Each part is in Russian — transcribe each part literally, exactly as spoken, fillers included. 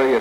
serious.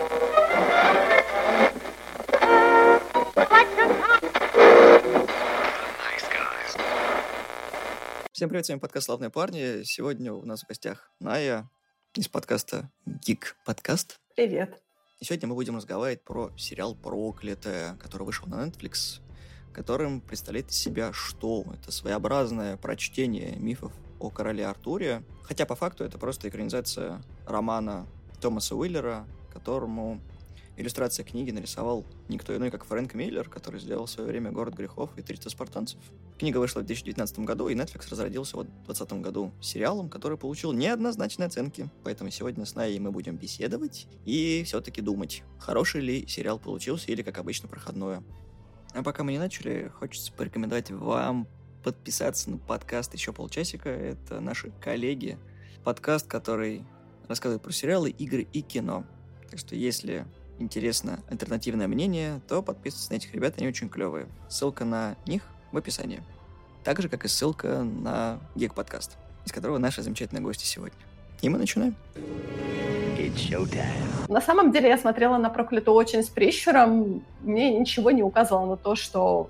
Всем привет, с вами подкаст «Славные парни». Сегодня у нас в гостях Ная из подкаста Geek Podcast. Привет. И сегодня мы будем разговаривать про сериал «Проклятая», который вышел на Netflix, которым представляет из себя что? Это своеобразное прочтение мифов о короле Артуре, хотя по факту это просто экранизация романа Томаса Уиллера, которому иллюстрация книги нарисовал никто иной, как Фрэнк Миллер, который сделал в свое время «Город грехов» и «триста спартанцев». Книга вышла в две тысячи девятнадцатом году, и Netflix разродился вот в двадцатом году сериалом, который получил неоднозначные оценки. Поэтому сегодня с Наей мы будем беседовать и все-таки думать, хороший ли сериал получился или, как обычно, проходное. А пока мы не начали, хочется порекомендовать вам подписаться на подкаст «Еще полчасика». Это наши коллеги. Подкаст, который рассказывает про сериалы, игры и кино. Так что если интересно альтернативное мнение, то подписывайтесь на этих ребят, они очень клевые. Ссылка на них в описании. Так же, как и ссылка на Geek Podcast, из которого наши замечательные гости сегодня. И мы начинаем. На самом деле я смотрела на «Проклятую» очень с прищуром. Мне ничего не указывало на то, что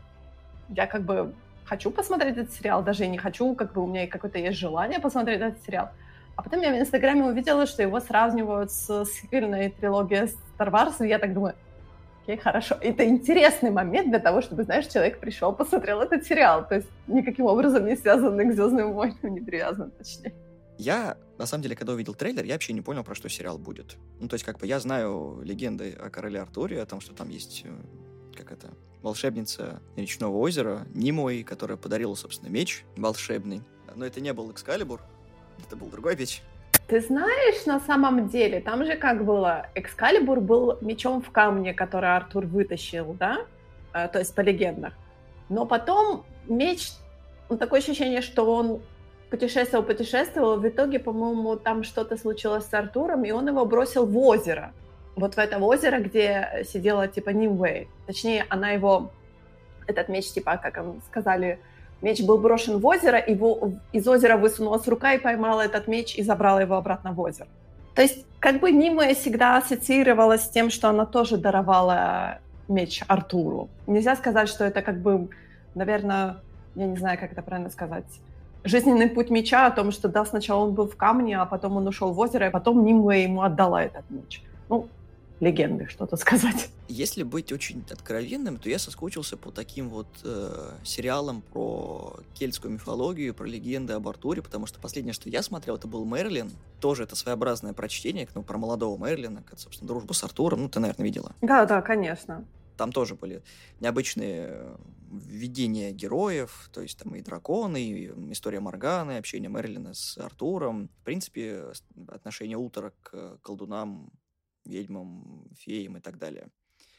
я как бы хочу посмотреть этот сериал, даже и не хочу, как бы у меня какое-то есть желание посмотреть этот сериал. А потом я в Инстаграме увидела, что его сравнивают с сиквельной трилогией Star Wars, и я так думаю, окей, хорошо. Это интересный момент для того, чтобы, знаешь, человек пришел, посмотрел этот сериал. То есть никаким образом не связанный к «Звездным войнам», не привязан, точнее. Я, на самом деле, когда увидел трейлер, я вообще не понял, про что сериал будет. Ну, то есть, как бы, я знаю легенды о короле Артуре, о том, что там есть, как это, волшебница речного озера, Нимой, которая подарила, собственно, меч волшебный. Но это не был Экскалибур, это был другой меч. Ты знаешь, на самом деле, там же как было, Экскалибур был мечом в камне, который Артур вытащил, да? А, то есть по легендах. Но потом меч, ну, такое ощущение, что он путешествовал, путешествовал, в итоге, по-моему, там что-то случилось с Артуром, и он его бросил в озеро. Вот в это озеро, где сидела, типа, Нимвей. Точнее, она его, этот меч, типа, как им сказали, меч был брошен в озеро, его, из озера высунулась рука и поймала этот меч и забрала его обратно в озеро. То есть, как бы Нимвей всегда ассоциировалась с тем, что она тоже даровала меч Артуру. Нельзя сказать, что это как бы, наверное, я не знаю, как это правильно сказать, жизненный путь меча о том, что да, сначала он был в камне, а потом он ушел в озеро, и потом Нимвей ему отдала этот меч. Ну, легенды, что-то сказать. Если быть очень откровенным, то я соскучился по таким вот э, сериалам про кельтскую мифологию, про легенды об Артуре, потому что последнее, что я смотрел, это был Мерлин. Тоже это своеобразное прочтение, ну, про молодого Мерлина, как, собственно, дружбу с Артуром. Ну, ты, наверное, видела. Да, да, конечно. Там тоже были необычные введения героев, то есть там и драконы, и история Морганы, общение Мерлина с Артуром. В принципе, отношение Утора к колдунам, ведьмам, феям и так далее.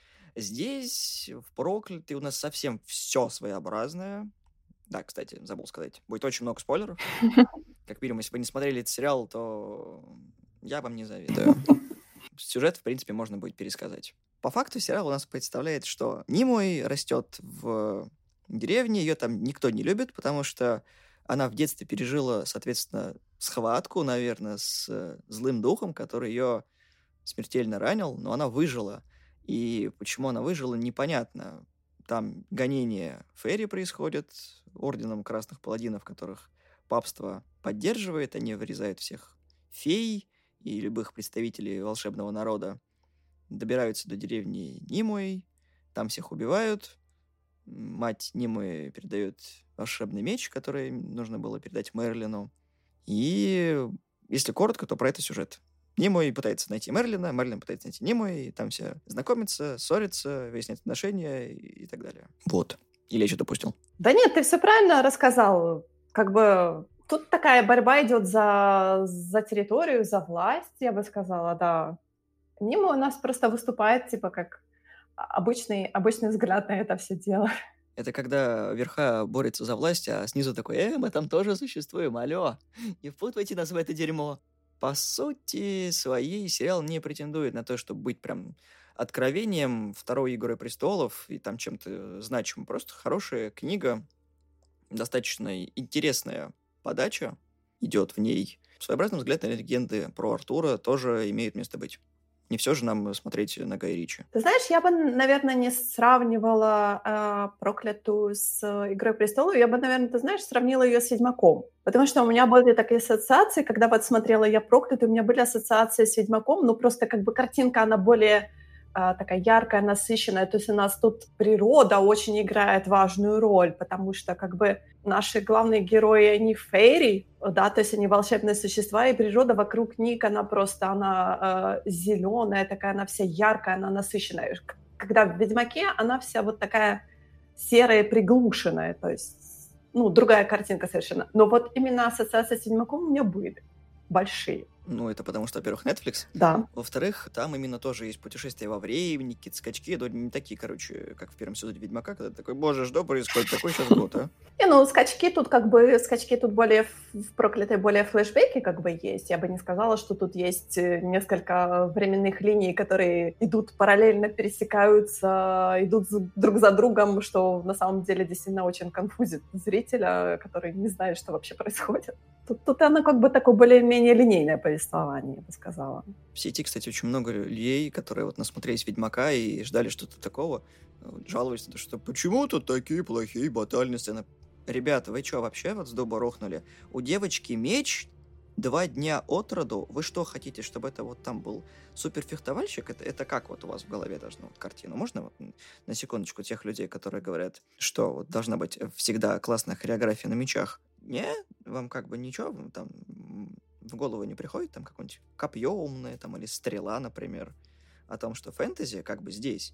Здесь, в «Проклятой», у нас совсем все своеобразное. Да, кстати, забыл сказать, будет очень много спойлеров. Как минимум, если вы не смотрели этот сериал, то я вам не завидую. Сюжет, в принципе, можно будет пересказать. По факту сериал у нас представляет, что Нимой растет в деревне, ее там никто не любит, потому что она в детстве пережила, соответственно, схватку, наверное, с злым духом, который ее смертельно ранил, но она выжила. И почему она выжила, непонятно. Там гонения Фейри происходят орденом красных паладинов, которых папство поддерживает, они вырезают всех фей и любых представителей волшебного народа, добираются до деревни Нимуэй, там всех убивают, мать Нимуэй передает волшебный меч, который нужно было передать Мерлину, и если коротко, то про это сюжет. Нимуэй пытается найти Мерлина, Мерлин пытается найти Нимуэй, и там все знакомятся, ссорятся, выясняют отношения и, и так далее. Вот. Или я что-то допустил? Да нет, ты все правильно рассказал. Как бы тут такая борьба идет за, за территорию, за власть, я бы сказала, да. Нима у нас просто выступает, типа, как обычный, обычный взгляд на это все дело. Это когда верха борются за власть, а снизу такой, э, мы там тоже существуем, алло, не впутывайте нас в это дерьмо. По сути, своей сериал не претендует на то, чтобы быть прям откровением второй «Игры престолов» и там чем-то значимым. Просто хорошая книга, достаточно интересная подача идет в ней. Своеобразный взгляд на легенды про Артура тоже имеет место быть. Не все же нам смотреть на Гая Ричи. Ты знаешь, я бы, наверное, не сравнивала э, «Проклятую» с э, «Игрой престолов». Я бы, наверное, ты знаешь, сравнила ее с «Ведьмаком». Потому что у меня были такие ассоциации, когда вот смотрела я «Проклятую», у меня были ассоциации с «Ведьмаком». Ну, просто как бы картинка, она более э, такая яркая, насыщенная. То есть у нас тут природа очень играет важную роль, потому что как бы наши главные герои, они фейри, да, то есть они волшебные существа, и природа вокруг них, она просто, она э, зеленая такая, она вся яркая, она насыщенная. Когда в «Ведьмаке» она вся вот такая серая, приглушенная, то есть, ну, другая картинка совершенно. Но вот именно ассоциации с «Ведьмаком» у меня были большие. Ну, это потому что, во-первых, Netflix. Да. Во-вторых, там именно тоже есть путешествия во времени, какие-то скачки, но не такие, короче, как в первом сезоне «Ведьмака», когда ты такой, боже, что происходит, какой сейчас год, а? Не, ну, скачки тут как бы, скачки тут более в в «Проклятой» более флешбеки как бы есть. Я бы не сказала, что тут есть э, несколько временных линий, которые идут параллельно, пересекаются, идут за- друг за другом, что на самом деле действительно очень конфузит зрителя, который не знает, что вообще происходит. Тут, тут оно как бы такое более-менее линейное повествование, я бы сказала. В сети, кстати, очень много людей, которые вот насмотрелись «Ведьмака» и ждали что-то такого, вот жаловались на то, что почему тут такие плохие батальные сцены. Ребята, вы что, вообще вот с дуба рухнули? У девочки меч два дня от роду. Вы что хотите, чтобы это вот там был суперфехтовальщик? Это, это как вот у вас в голове должна вот картина? Можно вот на секундочку тех людей, которые говорят, что вот должна быть всегда классная хореография на мечах? Не? Вам как бы ничего там в голову не приходит? Там какое-нибудь копье умное там или стрела, например? О том, что фэнтези как бы здесь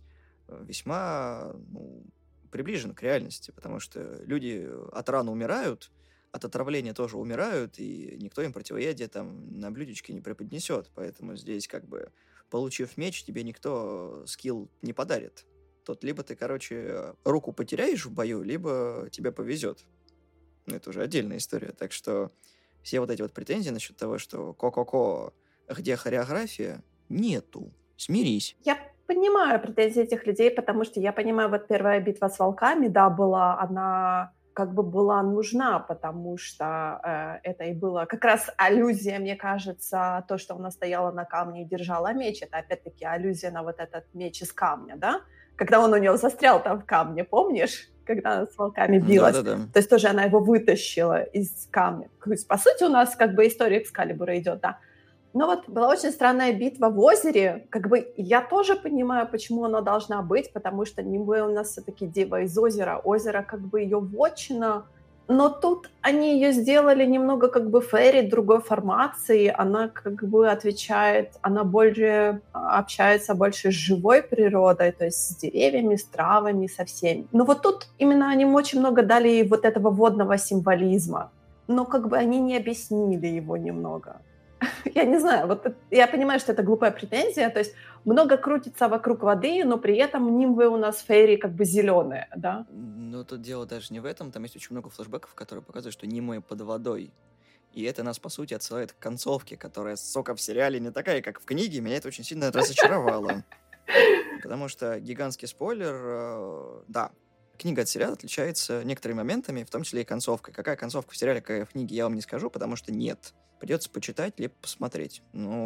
весьма ну, приближен к реальности, потому что люди от ран умирают, от отравления тоже умирают, и никто им противоядие там на блюдечке не преподнесет. Поэтому здесь как бы, получив меч, тебе никто скилл не подарит. Тут либо ты, короче, руку потеряешь в бою, либо тебе повезет. Ну, это уже отдельная история. Так что все вот эти вот претензии насчет того, что ко-ко-ко, где хореография, нету. Смирись. Я понимаю претензии этих людей, потому что я понимаю, вот первая битва с волками, да, была, она как бы была нужна, потому что э, это и было как раз аллюзия, мне кажется, то, что она стояла на камне и держала меч, это опять-таки аллюзия на вот этот меч из камня, да, когда он у нее застрял там в камне, помнишь? Когда она с волками билась. Да-да-да. То есть тоже она его вытащила из камня. То есть, по сути, у нас как бы история Экскалибура идет, да. Но вот была очень странная битва в озере. Как бы я тоже понимаю, почему она должна быть, потому что Нимве у нас все-таки дева из озера. Озеро как бы ее вотчина. Но тут они ее сделали немного как бы фэри другой формации. Она как бы отвечает, она больше общается больше с живой природой, то есть с деревьями, с травами, со всеми. Но вот тут именно они очень много дали вот этого водного символизма. Но как бы они не объяснили его немного. Я не знаю, вот я понимаю, что это глупая претензия, то есть много крутится вокруг воды, но при этом нимвы у нас фейри как бы зеленые, да? Но тут дело даже не в этом, там есть очень много флешбеков, которые показывают, что нимвы под водой. И это нас, по сути, отсылает к концовке, которая, сука, в сериале не такая, как в книге, меня это очень сильно разочаровало. Потому что гигантский спойлер, э, да, книга от сериала отличается некоторыми моментами, в том числе и концовкой. Какая концовка в сериале, какая в книге, я вам не скажу, потому что нет. Придется почитать, либо посмотреть.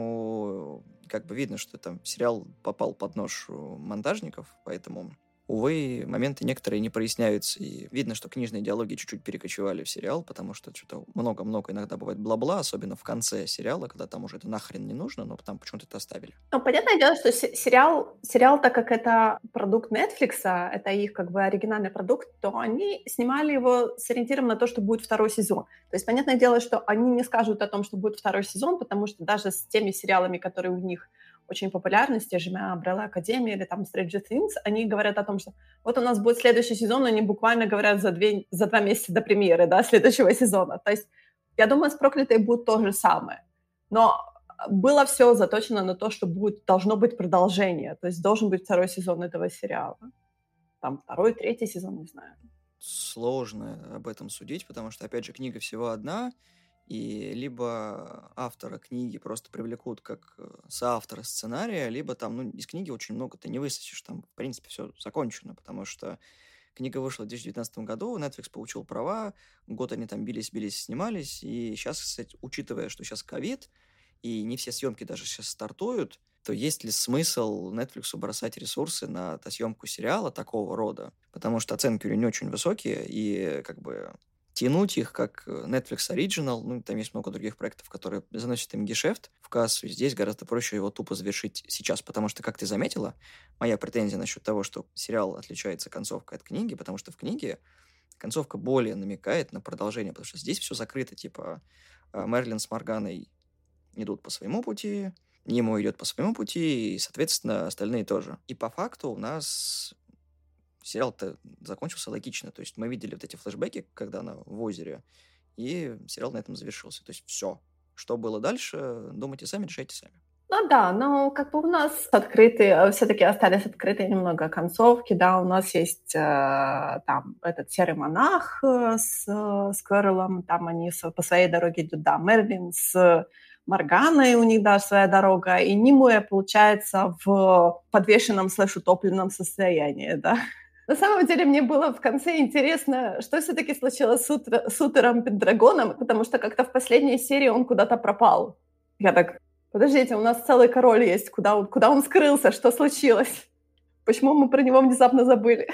Ну, как бы видно, что там сериал попал под нож монтажников, поэтому, увы, моменты некоторые не проясняются. И видно, что книжные диалоги чуть-чуть перекочевали в сериал, потому что что-то много-много иногда бывает бла-бла, особенно в конце сериала, когда там уже это нахрен не нужно, но там почему-то это оставили. Ну, понятное дело, что сериал, сериал, так как это продукт Netflix, это их как бы оригинальный продукт, то они снимали его с ориентиром на то, что будет второй сезон. То есть, понятное дело, что они не скажут о том, что будет второй сезон, потому что даже с теми сериалами, которые у них очень популярны, с те же Umbrella Academy или там Stranger Things, они говорят о том, что вот у нас будет следующий сезон, они буквально говорят за, две, за два месяца до премьеры, да, следующего сезона. То есть, я думаю, с «Проклятой» будет то же самое. Но было все заточено на то, что будет, должно быть продолжение. То есть должен быть второй сезон этого сериала. Там второй, третий сезон, не знаю. Сложно об этом судить, потому что, опять же, книга всего одна, и либо автора книги просто привлекут как соавтора сценария, либо там, ну, из книги очень много ты не высосешь, там, в принципе, все закончено, потому что книга вышла в две тысячи девятнадцатом году, Netflix получил права, год они там бились-бились, снимались, и сейчас, кстати, учитывая, что сейчас ковид, и не все съемки даже сейчас стартуют, то есть ли смысл Netflix бросать ресурсы на съемку сериала такого рода? Потому что оценки у него не очень высокие, и как бы тянуть их как Netflix Original, ну, там есть много других проектов, которые заносят им гешефт в кассу, и здесь гораздо проще его тупо завершить сейчас, потому что, как ты заметила, моя претензия насчет того, что сериал отличается концовкой от книги, потому что в книге концовка более намекает на продолжение, потому что здесь все закрыто, типа Мерлин с Морганой идут по своему пути, Нимо идет по своему пути, и, соответственно, остальные тоже. И по факту у нас сериал-то закончился логично. То есть мы видели вот эти флешбеки, когда она в озере, и сериал на этом завершился. То есть все. Что было дальше, думайте сами, решайте сами. Ну да, но как бы у нас открытые, все-таки остались открытые немного концовки, да, у нас есть э, там этот серый монах э, с, э, с Кверлом, там они с, по своей дороге идут, да, Мерлин с Морганой, у них, да, своя дорога, и Нимуэ, получается, в подвешенном слэш-утопленном состоянии, да. На самом деле мне было в конце интересно, что все-таки случилось с, утро, с Утером Пендрагоном, потому что как-то в последней серии он куда-то пропал. Я так... Подождите, у нас целый король есть. Куда он, куда он скрылся? Что случилось? Почему мы про него внезапно забыли?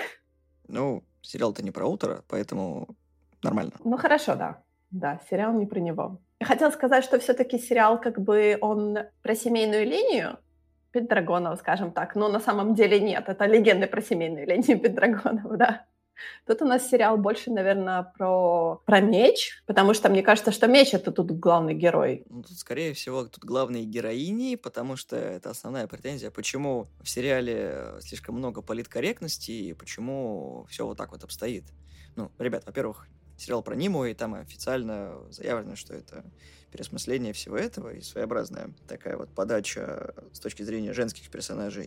Ну, сериал-то не про Утера, поэтому нормально. Ну, хорошо, да. Да, сериал не про него. Я хотела сказать, что все-таки сериал, как бы, он про семейную линию Пендрагонов, скажем так, но на самом деле нет. Это легенды про семейную линию Пендрагонов, да. Тут у нас сериал больше, наверное, про, про меч, потому что мне кажется, что меч — это тут главный герой. Ну, тут, скорее всего, тут главные героини, потому что это основная претензия. Почему в сериале слишком много политкорректности и почему все вот так вот обстоит? Ну, ребят, во-первых, сериал про Ниму, и там официально заявлено, что это переосмысление всего этого и своеобразная такая вот подача с точки зрения женских персонажей.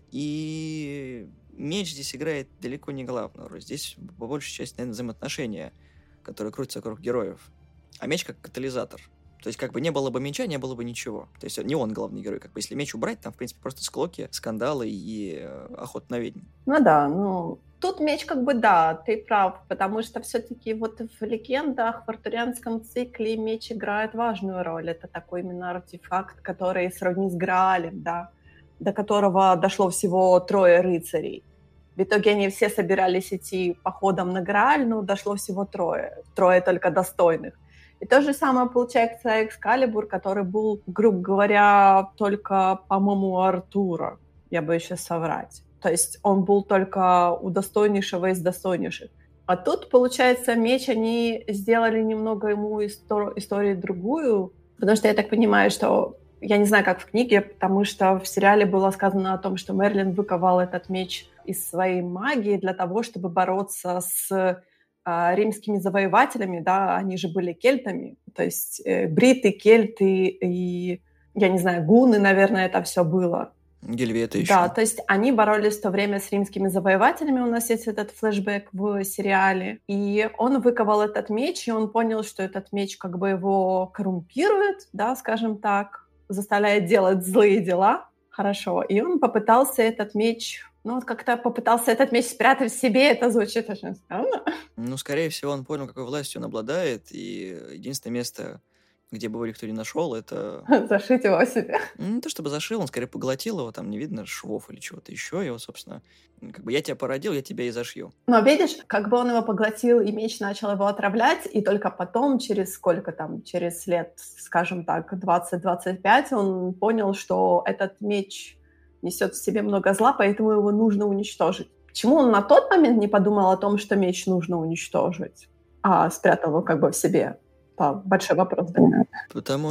И меч здесь играет далеко не главную роль. Здесь по большей части, наверное, взаимоотношения, которые крутятся вокруг героев. А меч как катализатор. То есть, как бы не было бы меча, не было бы ничего. То есть, не он главный герой. Как бы, если меч убрать, там, в принципе, просто склоки, скандалы и э, охота на ведьм. Ну да, ну... Тут меч как бы, да, ты прав, потому что все-таки вот в легендах, в артурианском цикле меч играет важную роль. Это такой именно артефакт, который сродни с Граалем, да, до которого дошло всего трое рыцарей. В итоге они все собирались идти походом на Грааль, но дошло всего трое, трое только достойных. И то же самое получается Экскалибур, который был, грубо говоря, только, по-моему, у Артура, я бы еще соврать. То есть он был только у достойнейшего из достойнейших. А тут, получается, меч они сделали немного ему истор- историю другую, потому что я так понимаю, что... Я не знаю, как в книге, потому что в сериале было сказано о том, что Мерлин выковал этот меч из своей магии для того, чтобы бороться с э, римскими завоевателями, да, они же были кельтами, то есть э, бриты, кельты и, я не знаю, гуны, наверное, это все было. Гельветы еще. Да, то есть они боролись в то время с римскими завоевателями, у нас есть этот флешбэк в сериале, и он выковал этот меч, и он понял, что этот меч как бы его коррумпирует, да, скажем так, заставляет делать злые дела, хорошо, и он попытался этот меч, ну, вот как-то попытался этот меч спрятать в себе, это звучит очень странно. Ну, скорее всего, он понял, какой властью он обладает, и единственное место, где бы его никто не нашел, это... Зашить его в себе. Не то чтобы зашил, он скорее поглотил его, там не видно швов или чего-то еще, и вот, собственно, как бы я тебя породил, я тебя и зашью. Но видишь, как бы он его поглотил, и меч начал его отравлять, и только потом, через сколько там, через лет, скажем так, двадцать-двадцать пять, он понял, что этот меч несет в себе много зла, поэтому его нужно уничтожить. Почему он на тот момент не подумал о том, что меч нужно уничтожить, а спрятал его как бы в себе? Большой вопрос для меня. Потому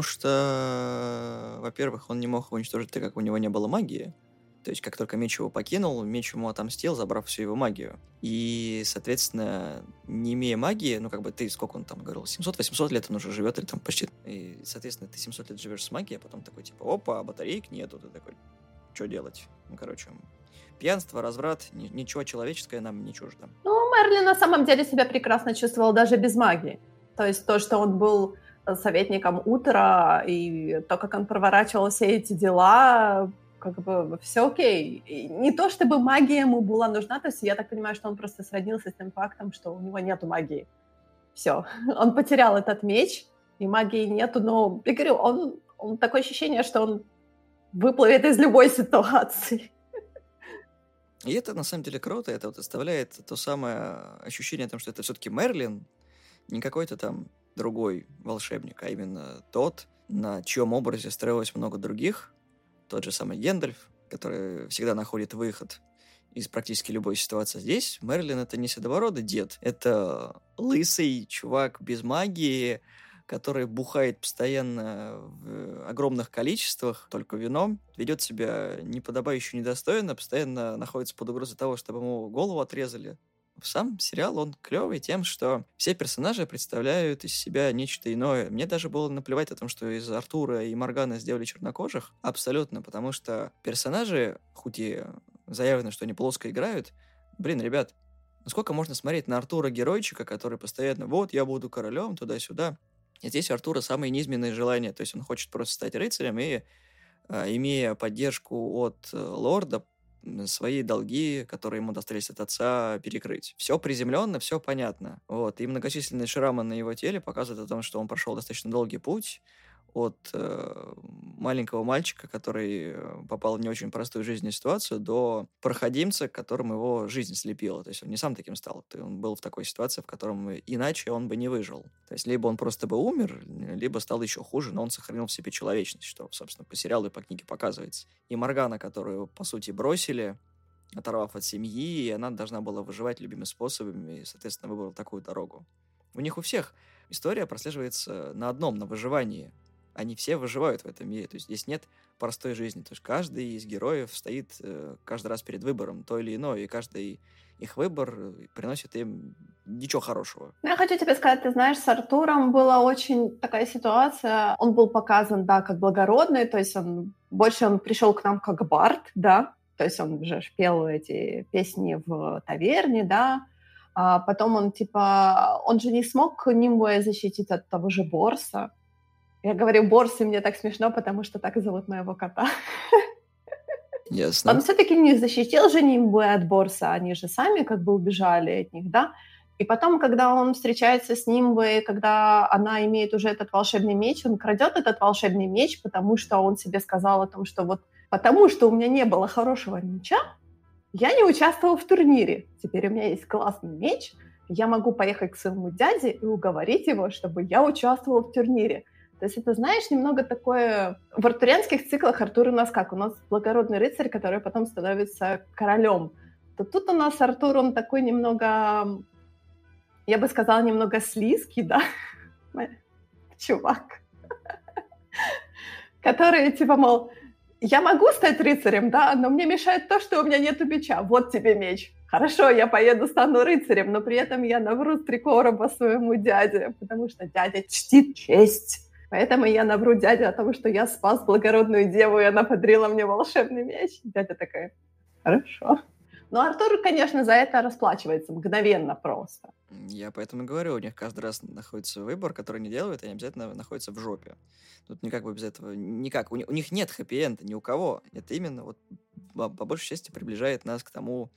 что, во-первых, он не мог его уничтожить, так как у него не было магии. То есть, как только меч его покинул, меч ему отомстил, забрав всю его магию. И, соответственно, не имея магии, ну, как бы ты, сколько он там говорил, семьсот-восемьсот лет он уже живет, или там почти... И, соответственно, ты семьсот лет живешь с магией, а потом такой, типа, опа, батареек нету, ты такой, что делать? Ну, короче, пьянство, разврат, ни- ничего человеческое нам не чуждо. Ну, Мерлин на самом деле себя прекрасно чувствовал даже без магии. То есть то, что он был советником Утера, и то, как он проворачивал все эти дела, как бы все окей. И не то, чтобы магия ему была нужна, то есть я так понимаю, что он просто сроднился с тем фактом, что у него нету магии. Все. Он потерял этот меч, и магии нету, но, я говорю, он, он такое ощущение, что он выплывет из любой ситуации. И это на самом деле круто, это вот оставляет то самое ощущение о том, что это все-таки Мерлин, не какой-то там другой волшебник, а именно тот, на чьем образе строилось много других, тот же самый Гендальф, который всегда находит выход из практически любой ситуации. Здесь Мерлин — это не седобородый дед, это лысый чувак без магии, который бухает постоянно в огромных количествах, только вином, ведет себя неподобающе, недостойно, постоянно находится под угрозой того, чтобы ему голову отрезали. Сам сериал, он клевый тем, что все персонажи представляют из себя нечто иное. Мне даже было наплевать о том, что из Артура и Морганы сделали чернокожих. Абсолютно, потому что персонажи, хоть и заявлено, что они плоско играют, блин, ребят, ну сколько можно смотреть на Артура-геройчика, который постоянно, вот, я буду королем, туда-сюда. И здесь у Артура самые низменные желания, то есть он хочет просто стать рыцарем и, э, имея поддержку от э, лорда, свои долги, которые ему достались от отца, перекрыть. Все приземленно, все понятно. Вот. И многочисленные шрамы на его теле показывают о том, что он прошел достаточно долгий путь от э, маленького мальчика, который попал в не очень простую жизненную ситуацию, до проходимца, которым его жизнь слепила. То есть он не сам таким стал. Он был в такой ситуации, в котором иначе он бы не выжил. То есть либо он просто бы умер, либо стал еще хуже, но он сохранил в себе человечность, что, собственно, по сериалу и по книге показывается. И Моргана, которую, по сути, бросили, оторвав от семьи, и она должна была выживать любыми способами, и, соответственно, выбрала такую дорогу. У них у всех история прослеживается на одном, на выживании. Они все выживают в этом мире, то есть здесь нет простой жизни, то есть каждый из героев стоит э, каждый раз перед выбором то или иное, и каждый их выбор приносит им ничего хорошего. Я хочу тебе сказать, ты знаешь, с Артуром была очень такая ситуация, он был показан, да, как благородный, то есть он больше он пришел к нам как бард, да, то есть он уже пел эти песни в таверне, да, а потом он типа, он же не смог Нимбуя защитить от того же Борса. Я говорю Борс, и мне так смешно, потому что так зовут моего кота. Ясно. Он все-таки не защитил же Нимбуя от Борса, они же сами как бы убежали от них, да? И потом, когда он встречается с Нимбуей, когда она имеет уже этот волшебный меч, он крадет этот волшебный меч, потому что он себе сказал о том, что вот потому что у меня не было хорошего меча, я не участвовал в турнире. Теперь у меня есть классный меч, я могу поехать к своему дяде и уговорить его, чтобы я участвовал в турнире. То есть это, знаешь, немного такое... В артурианских циклах Артур у нас как? У нас благородный рыцарь, который потом становится королем. То тут у нас Артур, он такой немного... Я бы сказала, немного слизкий, да? Чувак. Который, типа, мол, я могу стать рыцарем, да, но мне мешает то, что у меня нету меча. Вот тебе меч. Хорошо, я поеду, стану рыцарем, но при этом я навру три короба своему дяде, потому что дядя чтит честь. Поэтому я навру дяде о том, что я спас благородную деву, и она подарила мне волшебный меч. Дядя такая, хорошо. Но Артур, конечно, за это расплачивается мгновенно просто. Я поэтому и говорю, у них каждый раз находится выбор, который они делают, и они обязательно находятся в жопе. Тут никак бы без этого, никак. У них, у них нет хэппи-энда ни у кого. Это именно вот по, по большей части приближает нас к тому,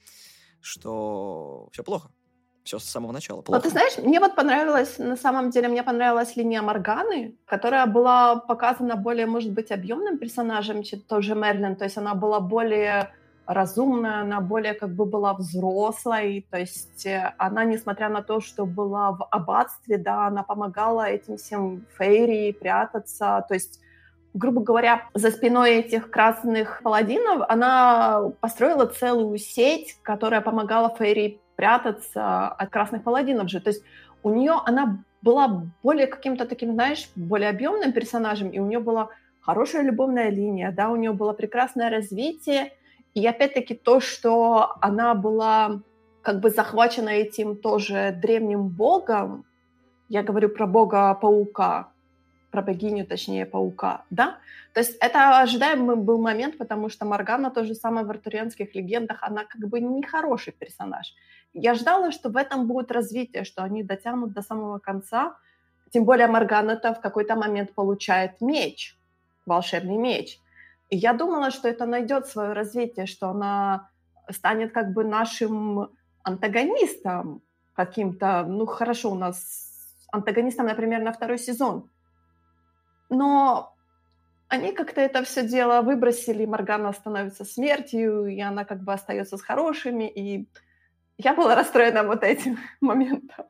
что все плохо. Все с самого начала плохо. Вот ты знаешь, мне вот понравилась, на самом деле, мне понравилась линия Морганы, которая была показана более, может быть, объемным персонажем, чем тоже Мерлин. То есть она была более разумная, она более как бы была взрослой. То есть она, несмотря на то, что была в аббатстве, да, она помогала этим всем фейри прятаться. То есть, грубо говоря, за спиной этих красных паладинов она построила целую сеть, которая помогала фейри прятаться от красных паладинов же. То есть у нее она была более каким-то таким, знаешь, более объемным персонажем, и у нее была хорошая любовная линия, да, у нее было прекрасное развитие, и опять-таки то, что она была как бы захвачена этим тоже древним богом, я говорю про бога-паука, про богиню, точнее, паука, да? То есть это ожидаемый был момент, потому что Моргана, то же самое в артурианских легендах, она как бы не хороший персонаж. Я ждала, что в этом будет развитие, что они дотянут до самого конца. Тем более Моргана-то в какой-то момент получает меч, волшебный меч. И я думала, что это найдет свое развитие, что она станет как бы нашим антагонистом каким-то, ну хорошо, у нас антагонистом, например, на второй сезон. Но Они как-то это все дело выбросили, Моргана становится смертью, и она как бы остается с хорошими, и я была расстроена вот этим моментом.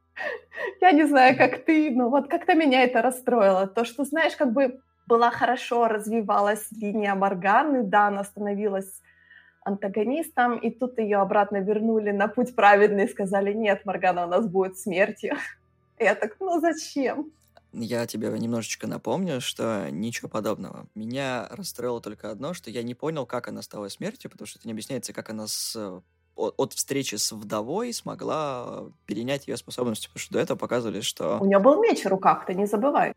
Я не знаю, как ты, но вот как-то меня это расстроило. То, что, знаешь, как бы была хорошо развивалась линия Морганы, да, она становилась антагонистом, и тут ее обратно вернули на путь праведный и сказали: нет, Моргана у нас будет смертью. И я так, ну зачем? Я тебе немножечко напомню, что ничего подобного. Меня расстроило только одно, что я не понял, как она стала смертью, потому что это не объясняется, как она с, о- от встречи с вдовой смогла перенять ее способности, потому что до этого показывали, что... У нее был меч в руках, ты не забывай.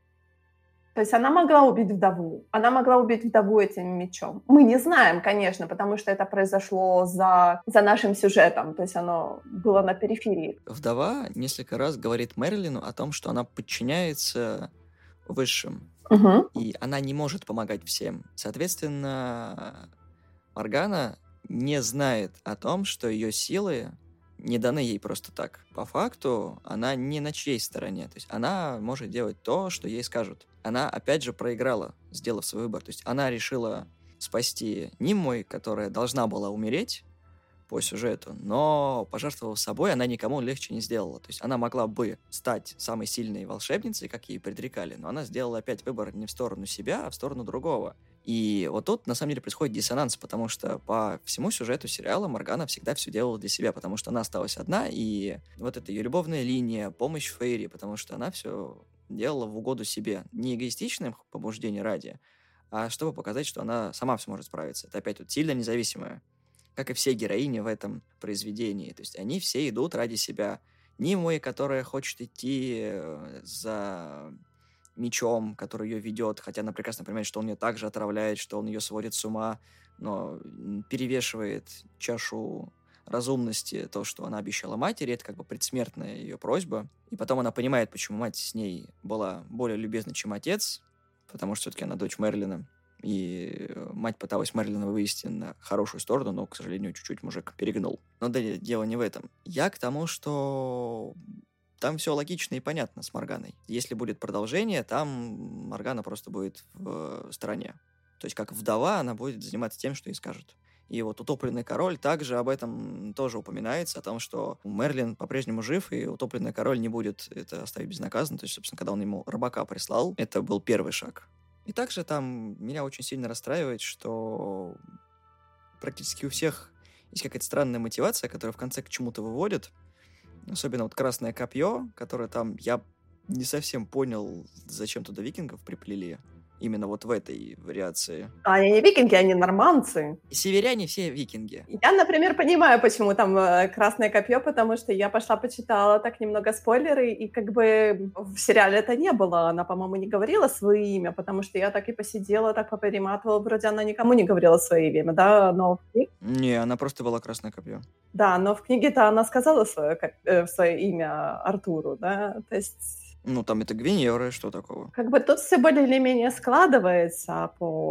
То есть она могла убить вдову. Она могла убить вдову этим мечом. Мы не знаем, конечно, потому что это произошло за, за нашим сюжетом. То есть оно было на периферии. Вдова несколько раз говорит Мерлину о том, что она подчиняется высшим, Угу. и она не может помогать всем. Соответственно, Моргана не знает о том, что ее силы не даны ей просто так. По факту, она не на чьей стороне. То есть она может делать то, что ей скажут. Она, опять же, проиграла, сделав свой выбор. То есть она решила спасти Нимой, которая должна была умереть по сюжету, но, пожертвовав собой, она никому легче не сделала. То есть она могла бы стать самой сильной волшебницей, как ей предрекали, но она сделала опять выбор не в сторону себя, а в сторону другого. И вот тут, на самом деле, происходит диссонанс, потому что по всему сюжету сериала Моргана всегда все делала для себя, потому что она осталась одна, и вот эта ее любовная линия, помощь Фейри, потому что она все делала в угоду себе. Не эгоистичным побуждений ради, а чтобы показать, что она сама сможет справиться. Это опять вот сильно независимая, как и все героини в этом произведении. То есть они все идут ради себя. Нимуэ, которая хочет идти э, за мечом, который ее ведет, хотя она прекрасно понимает, что он ее также отравляет, что он ее сводит с ума, но м, перевешивает чашу разумности то, что она обещала матери, это как бы предсмертная ее просьба. И потом она понимает, почему мать с ней была более любезна, чем отец, потому что все-таки она дочь Мерлина. И мать пыталась Мерлина вывести на хорошую сторону, но, к сожалению, чуть-чуть мужик перегнул. Но да, дело не в этом. Я к тому, что там все логично и понятно с Морганой. Если будет продолжение, там Моргана просто будет в стороне. То есть как вдова она будет заниматься тем, что ей скажут. И вот утопленный король также об этом тоже упоминается, о том, что Мерлин по-прежнему жив, и утопленный король не будет это оставить безнаказанно. То есть, собственно, когда он ему рыбака прислал, это был первый шаг. И также там меня очень сильно расстраивает, что практически у всех есть какая-то странная мотивация, которая в конце к чему-то выводит. Особенно вот красное копье, которое там, я не совсем понял, зачем туда викингов приплели. Именно вот в этой вариации. А они не викинги, они норманцы. И северяне все викинги. Я, например, понимаю, почему там э, красное копье, потому что я пошла почитала так немного спойлеры, и как бы в сериале это не было. Она, по-моему, не говорила свое имя, потому что я так и посидела, так поперематывала. Вроде она никому не говорила свое имя, да, но... Не, она просто была красное копье. Да, но в книге-то она сказала свое, э, свое имя Артуру, да, то есть... Ну, там это Гвиневра, что такого? Как бы тут все более или менее складывается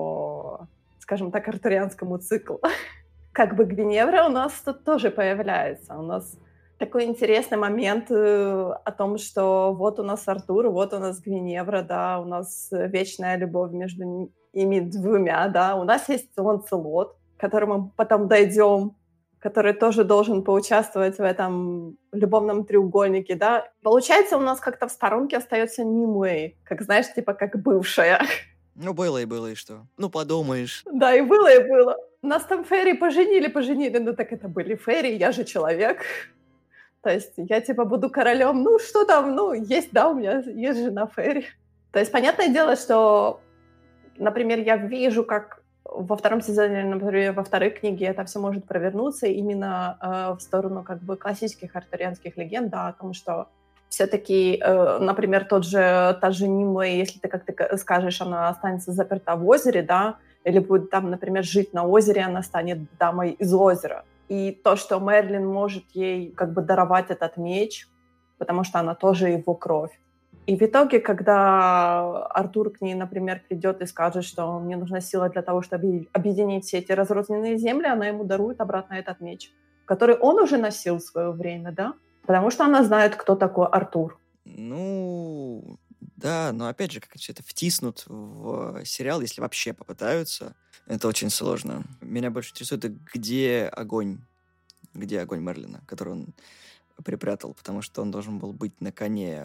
по, скажем так, артурианскому циклу. Как бы Гвиневра у нас тут тоже появляется. У нас такой интересный момент э, о том, что вот у нас Артур, вот у нас Гвиневра, да, у нас вечная любовь между ими двумя, да. У нас есть Ланселот, к которому мы потом дойдем, который тоже должен поучаствовать в этом любовном треугольнике, да. Получается, у нас как-то в сторонке остается Нимуэ, как, знаешь, типа как бывшая. Ну, было и было, и что? Ну, подумаешь. Да, и было, и было. Нас там Ферри поженили, поженили, ну так это были Ферри, я же человек. То есть я типа буду королем, ну что там, ну есть, да, у меня есть жена Ферри. То есть понятное дело, что, например, я вижу, как во втором сезоне, например, во второй книге это все может провернуться именно э, в сторону как бы классических артурианских легенд, да, о том, что все-таки, э, например, тот же, та же Нимуэ, если ты, как ты скажешь, она останется заперта в озере, да, или будет там, например, жить на озере, она станет дамой из озера. И то, что Мерлин может ей как бы даровать этот меч, потому что она тоже его кровь. И в итоге, когда Артур к ней, например, придет и скажет, что мне нужна сила для того, чтобы объединить все эти разрозненные земли, она ему дарует обратно этот меч, который он уже носил в свое время, да? Потому что она знает, кто такой Артур. Ну, Да, но опять же, как это втиснут в сериал, если вообще попытаются, это очень сложно. Меня больше интересует, где огонь, где огонь Мерлина, который он припрятал, потому что он должен был быть на коне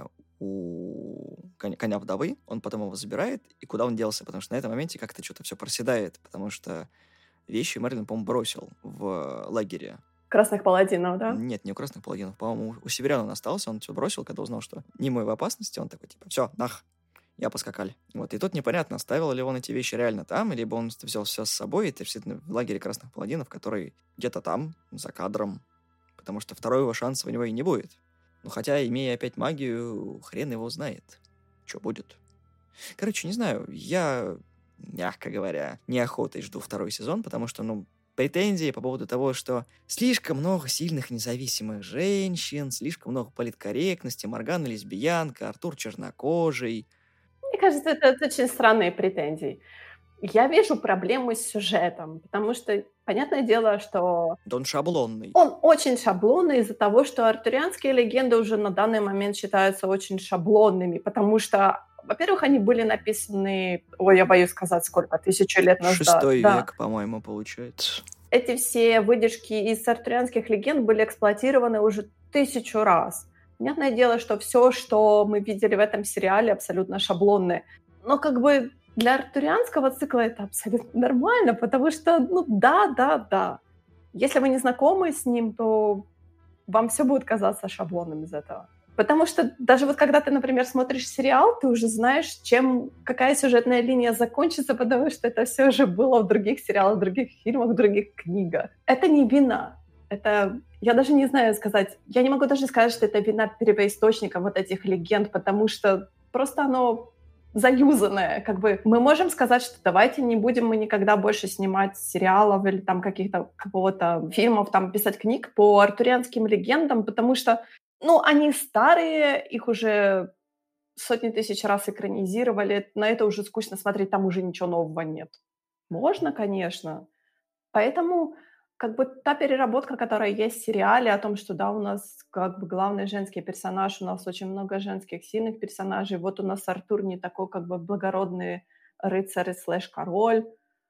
у коня, коня вдовы, он потом его забирает, и куда он делся, потому что на этом моменте как-то что-то все проседает, потому что вещи Мерлин, по-моему, бросил в лагере. Красных паладинов, да? Нет, не у красных паладинов, по-моему, у северян он остался, он все бросил, когда узнал, что Нимue в опасности, он такой, типа, все, нах, я поскакали. Вот, и тут непонятно, оставил ли он эти вещи реально там, либо он взял все с собой, и это действительно в лагере красных паладинов, который где-то там, за кадром, потому что второго шанса у него и не будет. Ну, хотя, имея опять магию, хрен его знает, что будет. Короче, не знаю, я, мягко говоря, неохотой жду второй сезон, потому что, ну, претензии по поводу того, что слишком много сильных независимых женщин, слишком много политкорректности, Моргана лесбиянка, Артур чернокожий. Мне кажется, это, это очень странные претензии. Я вижу проблему с сюжетом, потому что, понятное дело, что... Да он шаблонный. Он очень шаблонный из-за того, что артурианские легенды уже на данный момент считаются очень шаблонными, потому что, во-первых, они были написаны, ой, я боюсь сказать, сколько, тысячу лет назад. Шестой да. век, по-моему, получается. Эти все выдержки из артурианских легенд были эксплуатированы уже тысячу раз. Понятное дело, что все, что мы видели в этом сериале, абсолютно шаблонное. Но как бы для артурианского цикла это абсолютно нормально, потому что, ну да, да, да. Если вы не знакомы с ним, то вам все будет казаться шаблонным из этого. Потому что даже вот когда ты, например, смотришь сериал, ты уже знаешь, чем, какая сюжетная линия закончится, потому что это все уже было в других сериалах, в других фильмах, в других книгах. Это не вина. Это, я даже не знаю сказать, я не могу даже сказать, что это вина первоисточника вот этих легенд, потому что просто оно заюзанное. Как бы мы можем сказать, что давайте не будем мы никогда больше снимать сериалов или там каких-то какого-то фильмов, там писать книг по артурианским легендам, потому что, ну, они старые, их уже сотни тысяч раз экранизировали, на это уже скучно смотреть, там уже ничего нового нет. Можно, конечно. Поэтому как бы та переработка, которая есть в сериале, о том, что да, у нас как бы главный женский персонаж, у нас очень много женских сильных персонажей, вот у нас Артур не такой как бы благородный рыцарь слэш-король,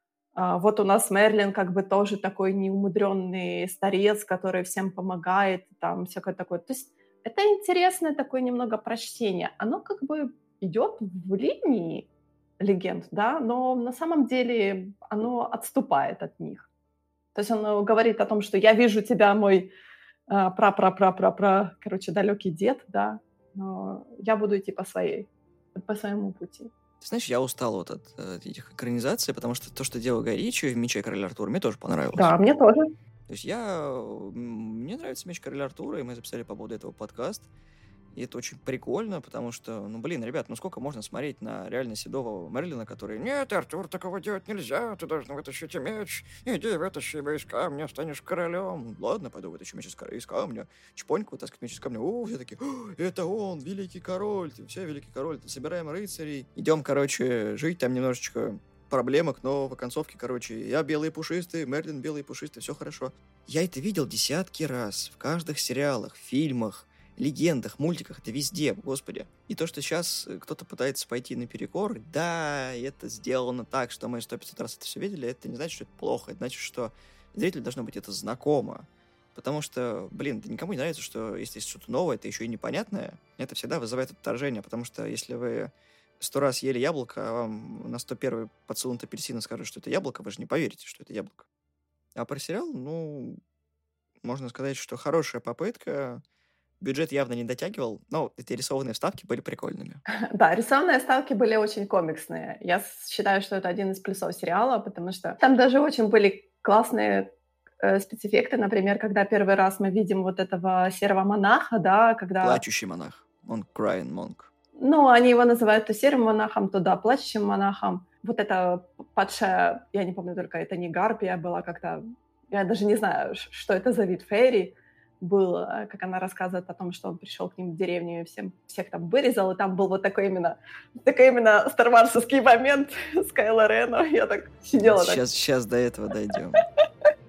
а, вот у нас Мерлин как бы тоже такой неумудренный старец, который всем помогает, там всякое такое. То есть это интересное такое немного прочтение. Оно как бы идет в линии легенд, да, но на самом деле оно отступает от них. То есть он говорит о том, что я вижу тебя, мой э, пра-пра-пра-пра-пра, короче, далекий дед, да, но я буду идти по своей, по своему пути. Ты знаешь, я устал вот от, от этих экранизаций, потому что то, что делал Гай Ричи в «Мече короля Артура», мне тоже понравилось. Да, мне тоже. То есть я... Мне нравится «Меч короля Артура», и мы записали по поводу этого подкаст. И это очень прикольно, потому что, ну, блин, ребят, ну сколько можно смотреть на реально седого Мерлина, который «Нет, Артур, такого делать нельзя, ты должен вытащить меч, иди вытащи его из камня, станешь королем». Ладно, пойду вытащу меч из, из камня, чпоньку вытаскивать меч из камня. О, все такие, это он, великий король, ты все великий король, собираем рыцарей. Идем, короче, жить там немножечко проблемок, но в концовке, короче, я белый и пушистый, Мерлин белый и пушистый, все хорошо. Я это видел десятки раз в каждых сериалах, фильмах, легендах, мультиках, это везде, господи. И то, что сейчас кто-то пытается пойти наперекор, да, это сделано так, что мы сто пятьсот раз это все видели, это не значит, что это плохо, это значит, что зрителю должно быть это знакомо. Потому что, блин, да никому не нравится, что если есть что-то новое, это еще и непонятное, это всегда вызывает отторжение, потому что если вы сто раз ели яблоко, а вам на сто первый подсунут апельсин и скажут, что это яблоко, вы же не поверите, что это яблоко. А про сериал, ну, можно сказать, что хорошая попытка. Бюджет явно не дотягивал, но эти рисованные вставки были прикольными. Да, рисованные вставки были очень комиксные. Я считаю, что это один из плюсов сериала, потому что там даже очень были классные э, спецэффекты. Например, когда первый раз мы видим вот этого серого монаха, да, когда... Плачущий монах. Он crying monk. Ну, они его называют то серым монахом, то, да, плачущим монахом. Вот эта падшая, я не помню только, это не гарпия была как-то... Я даже не знаю, что это за вид фейри был, как она рассказывает о том, что он пришел к ним в деревню и всем, всех там вырезал, и там был вот такой именно, такой именно старварсовский момент с Кайло Реном. Я так сидела. Сейчас, так. Сейчас до этого дойдем.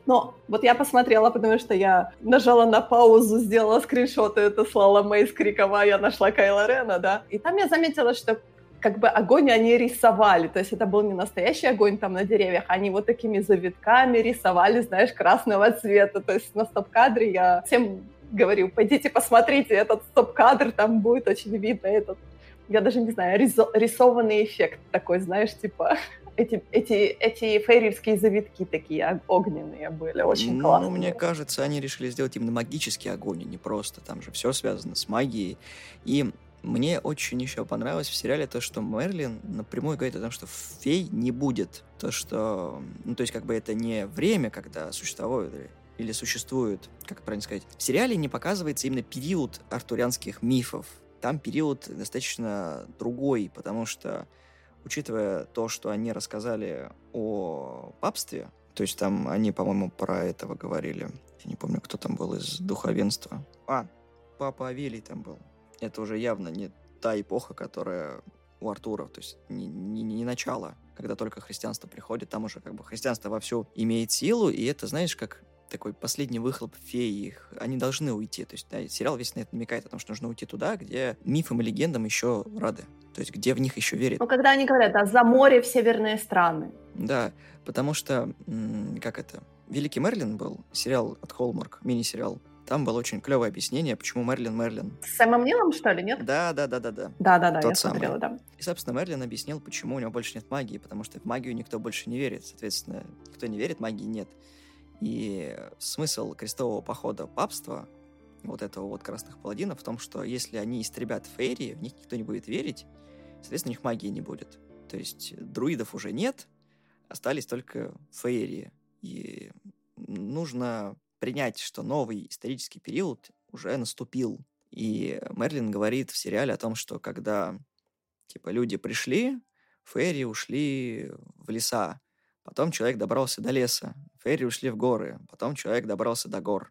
Но вот я посмотрела, потому что я нажала на паузу, сделала скриншоты, это слала Мэй с криком, а я нашла Кайло Рена, да. И там я заметила, что как бы огонь они рисовали, то есть это был не настоящий огонь там на деревьях, они вот такими завитками рисовали, знаешь, красного цвета, то есть на стоп-кадре я всем говорю, пойдите посмотрите этот стоп-кадр, там будет очень видно этот, я даже не знаю, рисо- рисованный эффект такой, знаешь, типа эти, эти, эти фейриевские завитки такие огненные были, очень классные. Ну, мне кажется, они решили сделать именно магический огонь, а не просто, там же все связано с магией, и мне очень еще понравилось в сериале то, что Мерлин напрямую говорит о том, что фей не будет. То, что... Ну, то есть, как бы это не время, когда существует или существует, как правильно сказать. В сериале не показывается именно период артурианских мифов. Там период достаточно другой, потому что, учитывая то, что они рассказали о папстве, то есть там они, по-моему, про этого говорили. Я не помню, кто там был из духовенства. А, папа Авелий там был. Это уже явно не та эпоха, которая у Артура, то есть не, не, не начало, когда только христианство приходит, там уже как бы христианство вовсю имеет силу, и это, знаешь, как такой последний выхлоп феи, их, они должны уйти, то есть да, сериал весь на это намекает о том, что нужно уйти туда, где мифам и легендам еще рады, то есть где в них еще верят. Ну, когда они говорят, да, за море в северные страны. Да, потому что, м- как это, Великий Мерлин был, сериал от Hallmark, мини-сериал. Там было очень клевое объяснение, почему Мерлин Мерлин. С Сэмом Нилом, что ли, нет? Да, да, да, да, да. Да-да-да, Тот я самый. смотрела, да. И, собственно, Мерлин объяснил, почему у него больше нет магии, потому что в магию никто больше не верит. Соответственно, кто не верит, магии нет. И смысл крестового похода папства, вот этого вот красных паладинов, в том, что если они истребят фейри, в них никто не будет верить, соответственно, у них магии не будет. То есть друидов уже нет, остались только фейри. И нужно принять, что новый исторический период уже наступил. И Мерлин говорит в сериале о том, что когда типа люди пришли, фейри ушли в леса, потом человек добрался до леса, фейри ушли в горы, потом человек добрался до гор.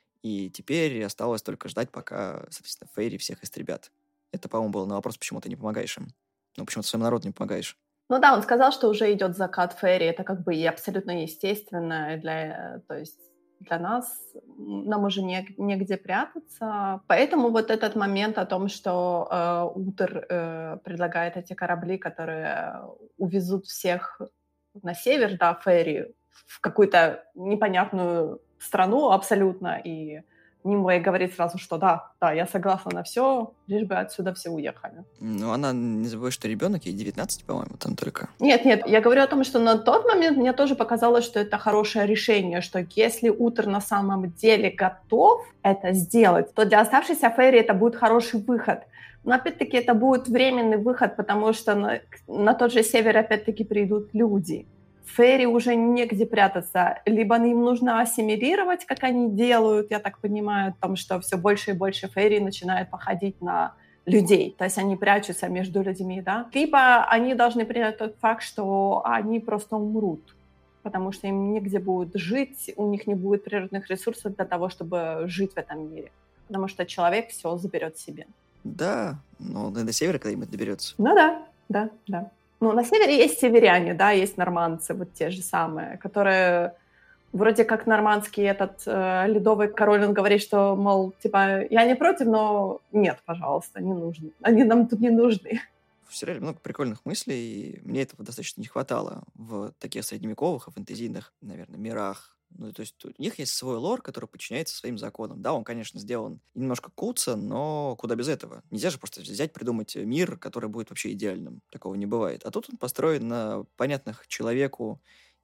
И теперь осталось только ждать, пока, соответственно, фейри всех истребят. Это, по-моему, был на вопрос, почему ты не помогаешь им. Ну, почему ты своему народу не помогаешь. Ну да, он сказал, что уже идет закат фейри, это как бы и абсолютно естественно для, то есть для нас, нам уже не, негде прятаться. Поэтому вот этот момент о том, что э, Утер э, предлагает эти корабли, которые увезут всех на север, да, фейри, в какую-то непонятную страну абсолютно, и Нимуэй говорит сразу, что да, да, я согласна на все, лишь бы отсюда все уехали. Ну, она, не забывай, что ребенок, ей девятнадцать, по-моему, там только. Нет, нет, я говорю о том, что на тот момент мне тоже показалось, что это хорошее решение, что если Утер на самом деле готов это сделать, то для оставшейся фейри это будет хороший выход. Но опять-таки это будет временный выход, потому что на, на тот же север опять-таки придут люди. Фейри уже негде прятаться. Либо им нужно ассимилировать, как они делают, я так понимаю, потому что все больше и больше фейри начинают походить на людей, то есть они прячутся между людьми, да. Либо они должны принять тот факт, что они просто умрут, потому что им негде будет жить, у них не будет природных ресурсов для того, чтобы жить в этом мире, потому что человек все заберет себе. Да, но до севера когда-нибудь доберется. Ну да, да, да. Ну, на севере есть северяне, да, есть нормандцы, вот те же самые, которые вроде как нормандский этот э, ледовый король, он говорит, что, мол, типа, я не против, но нет, пожалуйста, не нужно. Они нам тут не нужны. В сериале много прикольных мыслей, и мне этого достаточно не хватало в таких средневековых и фэнтезийных, наверное, мирах. Ну, то есть у них есть свой лор, который подчиняется своим законам. Да, он, конечно, сделан немножко куца, но куда без этого. Нельзя же просто взять, придумать мир, который будет вообще идеальным. Такого не бывает. А тут он построен на понятных человеку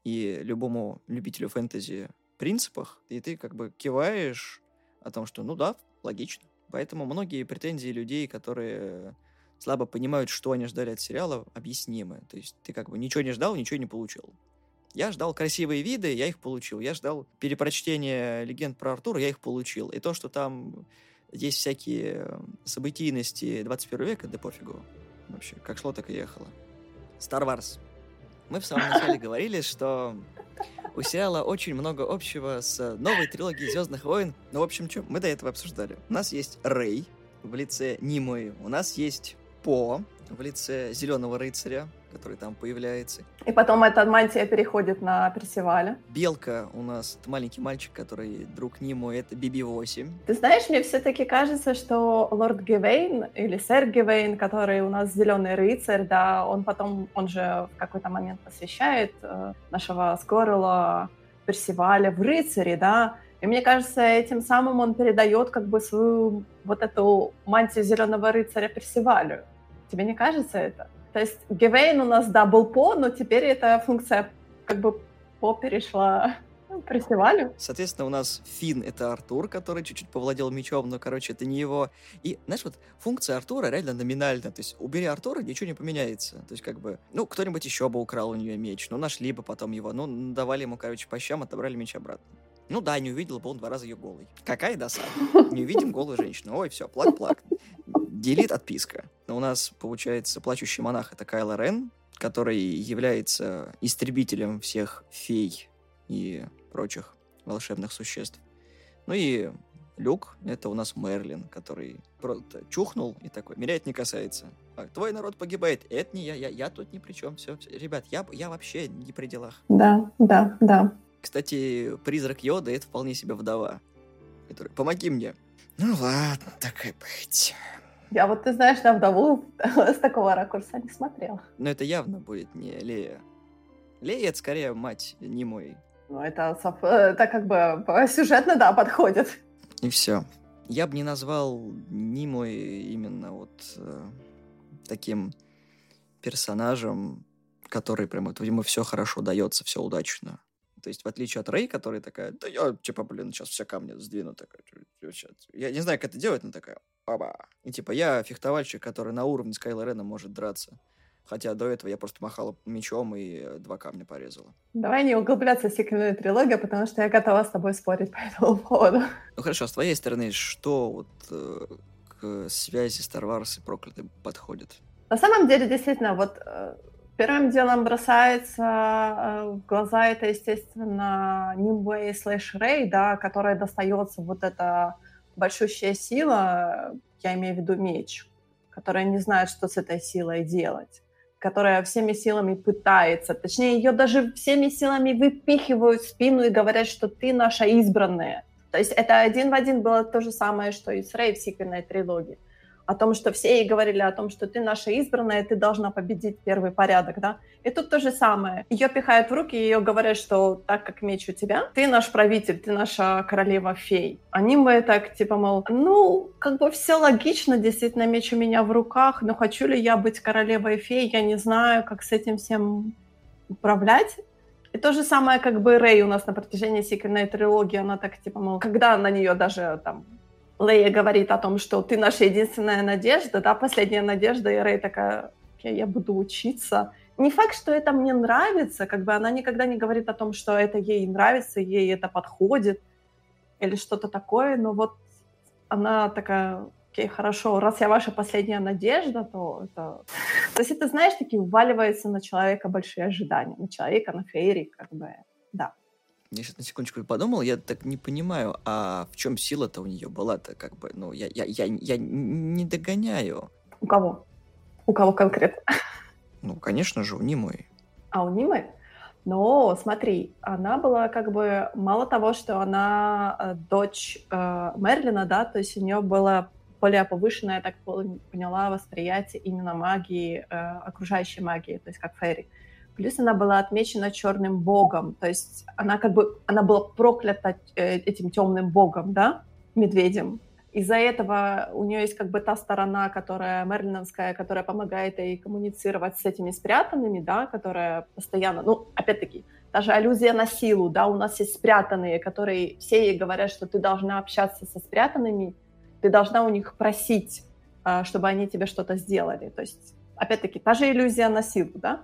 и любому любителю фэнтези принципах, и ты как бы киваешь о том, что ну да, логично. Поэтому многие претензии людей, которые слабо понимают, что они ждали от сериала, объяснимы. То есть ты как бы ничего не ждал, ничего не получил. Я ждал красивые виды, я их получил. Я ждал перепрочтения легенд про Артура, я их получил. И то, что там есть всякие событийности двадцать первого века, да пофигу. Вообще, как шло, так и ехало. Star Wars. Мы в самом начале говорили, что у сериала очень много общего с новой трилогией «Звездных войн». Ну, в общем, что, мы до этого обсуждали. У нас есть Рей в лице Нимуи, у нас есть По в лице Зеленого рыцаря, который там появляется. И потом эта мантия переходит на Персиваля. Белка у нас, это маленький мальчик, который друг Нимуэ, это Би Би восемь. Ты знаешь, мне все-таки кажется, что лорд Гивейн или сэр Гивейн, который у нас зеленый рыцарь, да, он потом, он же в какой-то момент посвящает э, нашего Скорла Персиваля в рыцаре, да, и мне кажется, этим самым он передает как бы свою вот эту мантию зеленого рыцаря Персивалю. Тебе не кажется это? То есть Гивейн у нас, да, был по, но теперь эта функция как бы по перешла Персивалю. Соответственно, у нас Финн — это Артур, который чуть-чуть повладел мечом, но, короче, это не его. И, знаешь, вот функция Артура реально номинальна. То есть убери Артура, ничего не поменяется. То есть как бы, ну, кто-нибудь еще бы украл у нее меч, ну, нашли бы потом его, ну, давали ему, короче, по щам, отобрали меч обратно. Ну да, не увидел бы он два раза ее голой. Какая досада. Не увидим голую женщину. Ой, все, плак-плак. Делит отписка. У нас, получается, плачущий монах — это Кайло Рен, который является истребителем всех фей и прочих волшебных существ. Ну и Люк — это у нас Мерлин, который просто чухнул и такой: меня это не касается. А, твой народ погибает. Это не я, я, я тут ни при чем. Все, все. Ребят, я, я вообще не при делах. Да, да, да. Кстати, призрак Йода — это вполне себе вдова, которая: помоги мне. Ну ладно, так и быть. Я вот, ты знаешь, на вдову с такого ракурса не смотрела. Но это явно будет не Лея. Лея — это скорее мать Нимуэ. Ну, это, это как бы сюжетно, да, подходит. И все. Я бы не назвал Нимуэ именно вот э, таким персонажем, который прям вот ему все хорошо дается, все удачно. То есть, в отличие от Рэй, которая такая: да я, типа, блин, сейчас все камни сдвину. Такая, я не знаю, как это делать, но такая: баба. И типа, я фехтовальщик, который на уровне с Кайло Реном может драться. Хотя до этого я просто махала мечом и два камня порезала. Давай не углубляться в сиквельную трилогию, потому что я готова с тобой спорить по этому поводу. Ну хорошо, с твоей стороны, что вот э, к связи Star Wars и Проклятый подходит? На самом деле, действительно, вот э, первым делом бросается э, в глаза это, естественно, Нимуэ слэш Рэй, да, которой достается вот эта большущая сила, я имею в виду меч, которая не знает, что с этой силой делать, которая всеми силами пытается, точнее, ее даже всеми силами выпихивают в спину и говорят, что ты наша избранная. То есть это один в один было то же самое, что и с Рэй в сиквельной трилогии. О том, что все ей говорили о том, что ты наша избранная, ты должна победить первый порядок, да? И тут то же самое. Ее пихают в руки, ее говорят, что так как меч у тебя, ты наш правитель, ты наша королева-фей. Они бы так, типа, мол, ну, как бы все логично, действительно, меч у меня в руках, но хочу ли я быть королевой-фей, я не знаю, как с этим всем управлять. И то же самое, как бы Рэй у нас на протяжении сиквельной трилогии, она так, типа, мол, когда на нее даже там Лея говорит о том, что ты наша единственная надежда, да, последняя надежда, и Рэй такая: окей, я буду учиться. Не факт, что это мне нравится, как бы она никогда не говорит о том, что это ей нравится, ей это подходит, или что-то такое, но вот она такая: окей, хорошо, раз я ваша последняя надежда, то это... То есть это, знаешь, таки вваливается на человека большие ожидания, на человека, на фейри, как бы, да. Я сейчас на секундочку подумал, я так не понимаю, а в чем сила-то у нее была-то, как бы, ну, я, я, я, я не догоняю. У кого? У кого конкретно? Ну, конечно же, у Нимуэ. А у Нимы? Но смотри, она была как бы, мало того, что она дочь э, Мерлина, да, то есть у нее было более повышенное, я так поняла, восприятие именно магии, э, окружающей магии, то есть как фейри. Плюс она была отмечена черным богом, то есть она как бы, она была проклята этим темным богом, да, медведем. Из-за этого у нее есть как бы та сторона, которая мерлиновская, которая помогает ей коммуницировать с этими спрятанными, да, которая постоянно, ну, опять-таки, даже аллюзия на силу, да, у нас есть спрятанные, которые все ей говорят, что ты должна общаться со спрятанными, ты должна у них просить, чтобы они тебе что-то сделали. То есть, опять-таки, та же иллюзия на силу, да.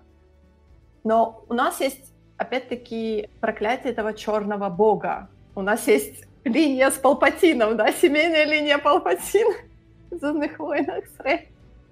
Но у нас есть, опять-таки, проклятие этого черного бога. У нас есть линия с Палпатином, да, семейная линия Палпатина в «Звездных войнах» с Рэй.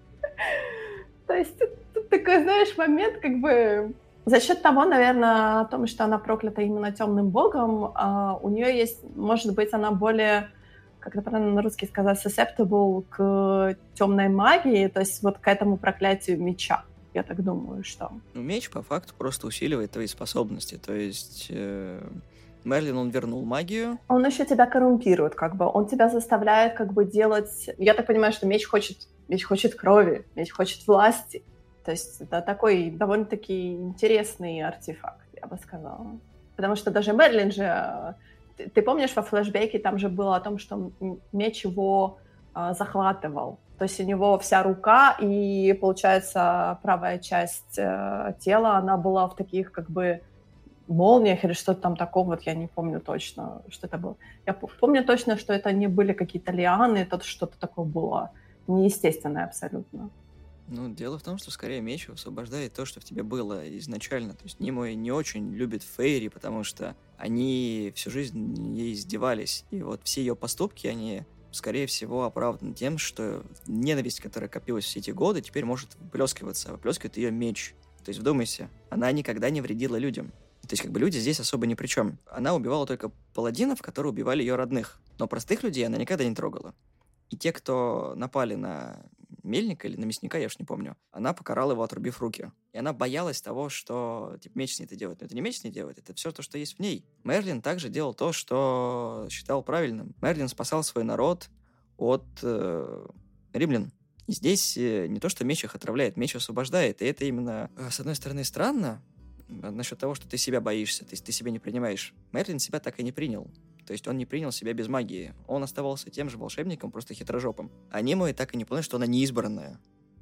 То есть тут такой, знаешь, момент, как бы... За счет того, наверное, о том, что она проклята именно темным богом, у нее есть, может быть, она более, как это правильно на русский сказать, susceptible к темной магии, то есть вот к этому проклятию меча. Я так думаю, что... Ну, меч по факту просто усиливает твои способности. То есть э, Мерлин, он вернул магию. Он еще тебя коррумпирует, как бы. Он тебя заставляет как бы делать... Я так понимаю, что меч хочет, меч хочет крови, меч хочет власти. То есть это такой довольно-таки интересный артефакт, я бы сказала. Потому что даже Мерлин же... Ты, ты помнишь, во флешбеке там же было о том, что меч его а, захватывал. То есть у него вся рука и, получается, правая часть э, тела, она была в таких как бы молниях или что-то там такого, вот я не помню точно, что это было. Я помню точно, что это не были какие-то лианы, это что-то такое было неестественное абсолютно. Ну, дело в том, что скорее меч освобождает то, что в тебе было изначально. То есть Нимue не очень любит Фейри, потому что они всю жизнь ей издевались. И вот все ее поступки, они, скорее всего, оправданы тем, что ненависть, которая копилась все эти годы, теперь может выплескиваться. Выплескивает ее меч. То есть вдумайся, она никогда не вредила людям. То есть как бы люди здесь особо ни при чем. Она убивала только паладинов, которые убивали ее родных. Но простых людей она никогда не трогала. И те, кто напали на мельника или на мясника, я уж не помню, она покарала его, отрубив руки. И она боялась того, что типа, меч с ней это делает. Но это не меч с ней делает, это все то, что есть в ней. Мерлин также делал то, что считал правильным. Мерлин спасал свой народ от э, римлян. И здесь э, не то, что меч их отравляет, меч освобождает. И это именно, э, с одной стороны, странно, насчет того, что ты себя боишься, ты, ты себя не принимаешь. Мерлин себя так и не принял. То есть он не принял себя без магии. Он оставался тем же волшебником, просто хитрожопым. А Нимue так и не понял, что она не избранная.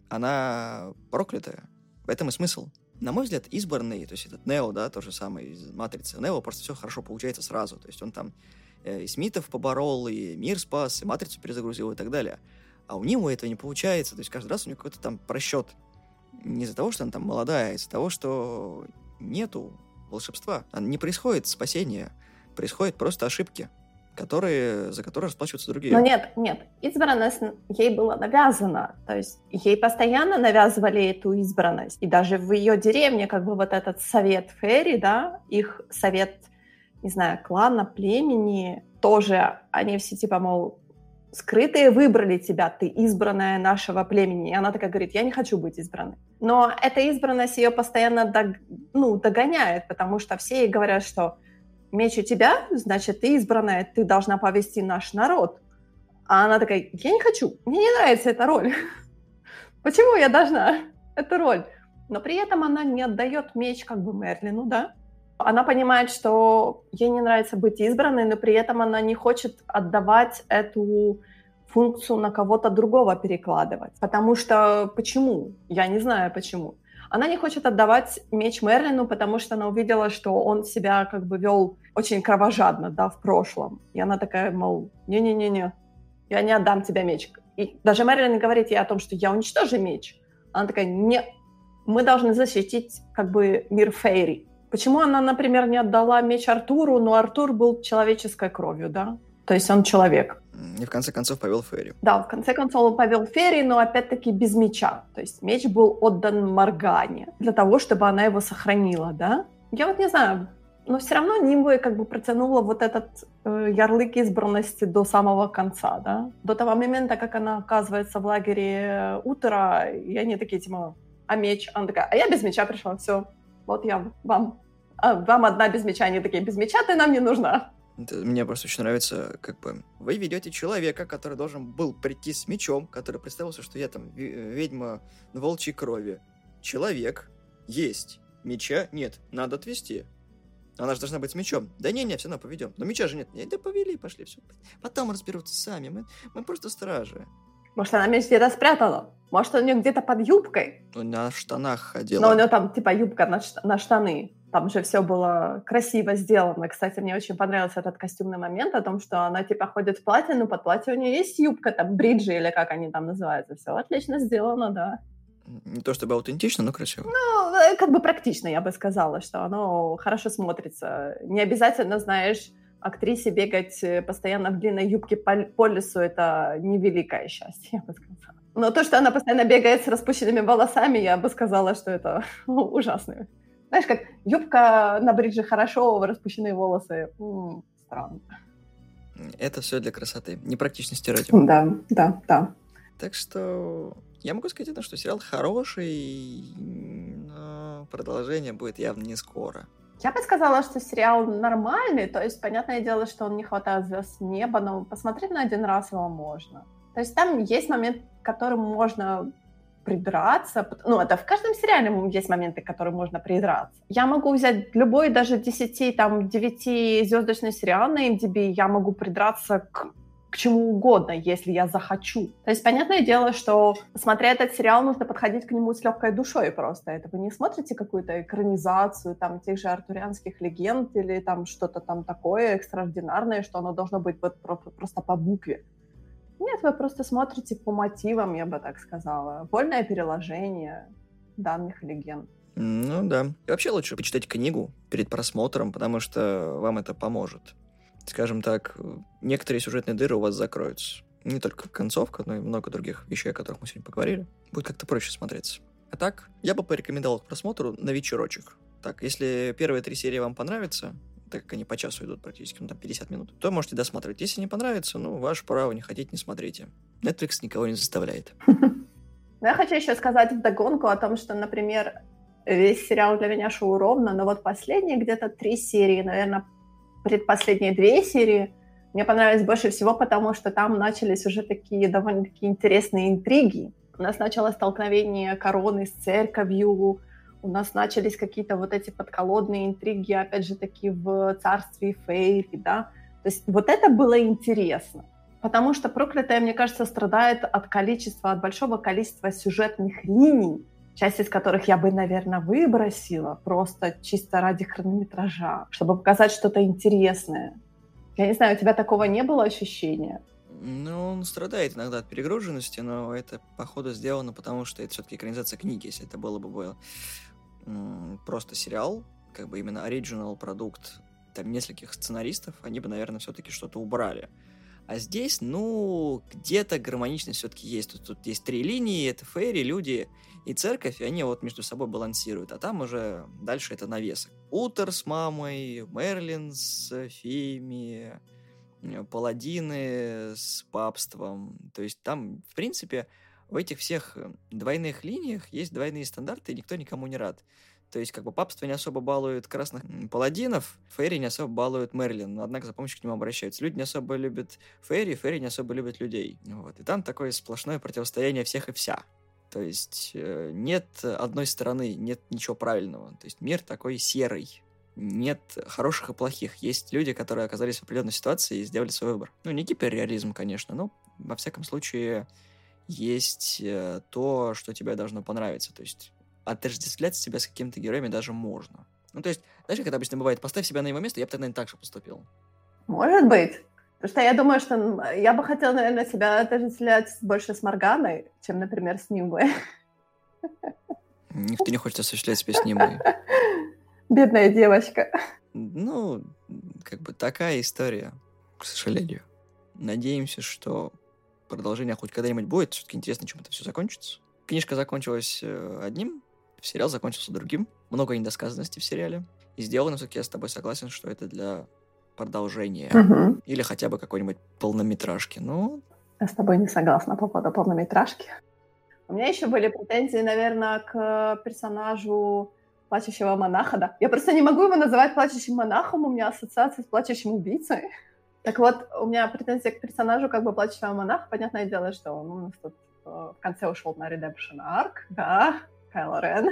Она проклятая. В этом и смысл. На мой взгляд, избранный, то есть этот Нео, да, то же самое из Матрицы. Нео просто все хорошо получается сразу. То есть он там э, и Смитов поборол, и мир спас, и Матрицу перезагрузил и так далее. А у Нимue этого не получается. То есть каждый раз у него какой-то там просчет. Не из-за того, что она там молодая, а из-за того, что нету волшебства. Не происходит спасения. Происходят просто ошибки, которые, за которые расплачиваются другие. Но нет, нет, избранность ей была навязана, то есть ей постоянно навязывали эту избранность, и даже в ее деревне как бы вот этот совет Фейри, да, их совет, не знаю, клана, племени, тоже они все типа, мол, скрытые выбрали тебя, ты избранная нашего племени, и она такая говорит, я не хочу быть избранной. Но эта избранность ее постоянно дог... ну, догоняет, потому что все ей говорят, что меч у тебя, значит, ты избранная, ты должна повести наш народ. А она такая, я не хочу, мне не нравится эта роль. Почему я должна эту роль? Но при этом она не отдает меч как бы Мерлину, да? Она понимает, что ей не нравится быть избранной, но при этом она не хочет отдавать эту функцию на кого-то другого перекладывать. Потому что почему? Я не знаю почему. Она не хочет отдавать меч Мерлину, потому что она увидела, что он себя как бы вел очень кровожадно, да, в прошлом. И она такая, мол, не-не-не-не, я не отдам тебе меч. И даже Мерлин говорит ей о том, что я уничтожу меч. Она такая, нет, мы должны защитить как бы мир Фейри. Почему она, например, не отдала меч Артуру, но Артур был человеческой кровью, да? То есть он человек. И в конце концов повел Фейри. Да, в конце концов он повел Фейри, но опять-таки без меча. То есть меч был отдан Моргане для того, чтобы она его сохранила, да? Я вот не знаю, но все равно Нимue как бы протянула вот этот э, ярлык избранности до самого конца, да? До того момента, как она оказывается в лагере Утера, и они такие, типа, а меч? Она такая, а я без меча пришла, все, вот я вам, а, вам одна без меча. Они такие, без меча ты нам не нужна. Это, мне просто очень нравится, как бы, вы ведете человека, который должен был прийти с мечом, который представился, что я там ведьма волчьей крови. Человек есть, меча нет, надо отвезти. Она же должна быть с мечом. Да не-не, все равно поведем. Но меча же нет. Да повели, пошли, все. Потом разберутся сами, мы, мы просто стражи. Может, она меч где-то спрятала? Может, у нее где-то под юбкой? Ну, на штанах ходила. Но у нее там, типа, юбка на, ш- на штаны. Там же все было красиво сделано. Кстати, мне очень понравился этот костюмный момент о том, что она, типа, ходит в платье, но под платье у нее есть юбка, там, бриджи или как они там называются. Все отлично сделано, да. Не то чтобы аутентично, но красиво. Ну, как бы практично, я бы сказала, что оно хорошо смотрится. Не обязательно, знаешь, актрисе бегать постоянно в длинной юбке по, по лесу, это невеликое счастье, я бы сказала. Но то, что она постоянно бегает с распущенными волосами, я бы сказала, что это ужасно. Знаешь, как юбка на бридже хорошо, распущенные волосы. М-м, странно. Это все для красоты. Непрактичный стереотип. Да, да, да. Так что Я могу сказать, это, что сериал хороший, но продолжение будет явно не скоро. Я бы сказала, что сериал нормальный, то есть, понятное дело, что он не хватает звезд с неба, но посмотреть на один раз его можно. То есть там есть момент, к которым можно придраться. Ну, это в каждом сериале есть моменты, к которым можно придраться. Я могу взять любой, даже десять, там, девятизвездочный сериал на эм ди би, я могу придраться к, к чему угодно, если я захочу. То есть, понятное дело, что, смотря этот сериал, нужно подходить к нему с легкой душой просто. Это вы не смотрите какую-то экранизацию там тех же артурианских легенд или там что-то там такое экстраординарное, что оно должно быть вот просто по букве. Нет, вы просто смотрите по мотивам, я бы так сказала. Вольное переложение данных легенд. Ну да. И вообще лучше почитать книгу перед просмотром, потому что вам это поможет. Скажем так, некоторые сюжетные дыры у вас закроются. Не только концовка, но и много других вещей, о которых мы сегодня поговорили. Будет как-то проще смотреться. А так, я бы порекомендовал к просмотру на вечерочек. Так, если первые три серии вам понравятся, так как они по часу идут практически, ну там пятьдесят минут, то можете досматривать. Если не понравится, ну, ваше право, не хотите, не смотрите. Netflix никого не заставляет. Я хочу еще сказать вдогонку о том, что, например, весь сериал для меня шел ровно, но вот последние где-то три серии, наверное, предпоследние две серии мне понравились больше всего, потому что там начались уже такие довольно-таки интересные интриги. У нас началось столкновение короны с церковью, у нас начались какие-то вот эти подколодные интриги, опять же таки, в царстве Фейри, да. То есть вот это было интересно, потому что «Проклятая», мне кажется, страдает от количества, от большого количества сюжетных линий, часть из которых я бы, наверное, выбросила просто чисто ради хронометража, чтобы показать что-то интересное. Я не знаю, у тебя такого не было ощущения? Ну, он страдает иногда от перегруженности, но это, походу, сделано, потому что это все-таки экранизация книги. Если это было бы было м- просто сериал, как бы именно оригинал продукт, там, нескольких сценаристов, они бы, наверное, все-таки что-то убрали. А здесь, ну, где-то гармоничность все-таки есть. Тут, тут есть три линии, это Фейри, люди и церковь, и они вот между собой балансируют. А там уже дальше это навесок. Утер с мамой, Мерлин с феями, паладины с папством. То есть там, в принципе, в этих всех двойных линиях есть двойные стандарты, и никто никому не рад. То есть, как бы, папство не особо балует красных паладинов, Фейри не особо балует Мерлин, но, однако, за помощью к нему обращаются. Люди не особо любят Фейри, Фейри не особо любят людей. Вот. И там такое сплошное противостояние всех и вся. То есть, э, нет одной стороны, нет ничего правильного. То есть, мир такой серый. Нет хороших и плохих. Есть люди, которые оказались в определенной ситуации и сделали свой выбор. Ну, не гиперреализм, конечно, но, во всяком случае, есть э, то, что тебе должно понравиться. То есть, отождествлять себя с какими-то героями даже можно. Ну, то есть, знаешь, как это обычно бывает, поставь себя на его место, я бы тогда не так же поступил. Может быть. Потому что я думаю, что я бы хотела, наверное, себя отождествлять больше с Морганой, чем, например, с Нимбой. Никто не хочет осуществлять себя с Нимбой. Бедная девочка. Ну, как бы такая история, к сожалению. Надеемся, что продолжение хоть когда-нибудь будет. Все-таки интересно, чем это все закончится. Книжка закончилась одним, сериал закончился другим. Много недосказанности в сериале. И сделано, все-таки я с тобой согласен, что это для продолжения. Угу. Или хотя бы какой-нибудь полнометражки. Ну, я с тобой не согласна по поводу полнометражки. У меня еще были претензии, наверное, к персонажу плачущего монаха, да. Я просто не могу его называть плачущим монахом, у меня ассоциация с плачущим убийцей. Так вот, у меня претензия к персонажу как бы плачущего монаха. Понятное дело, что он у нас тут в конце ушел на Redemption Arc, да, Кайло Рен.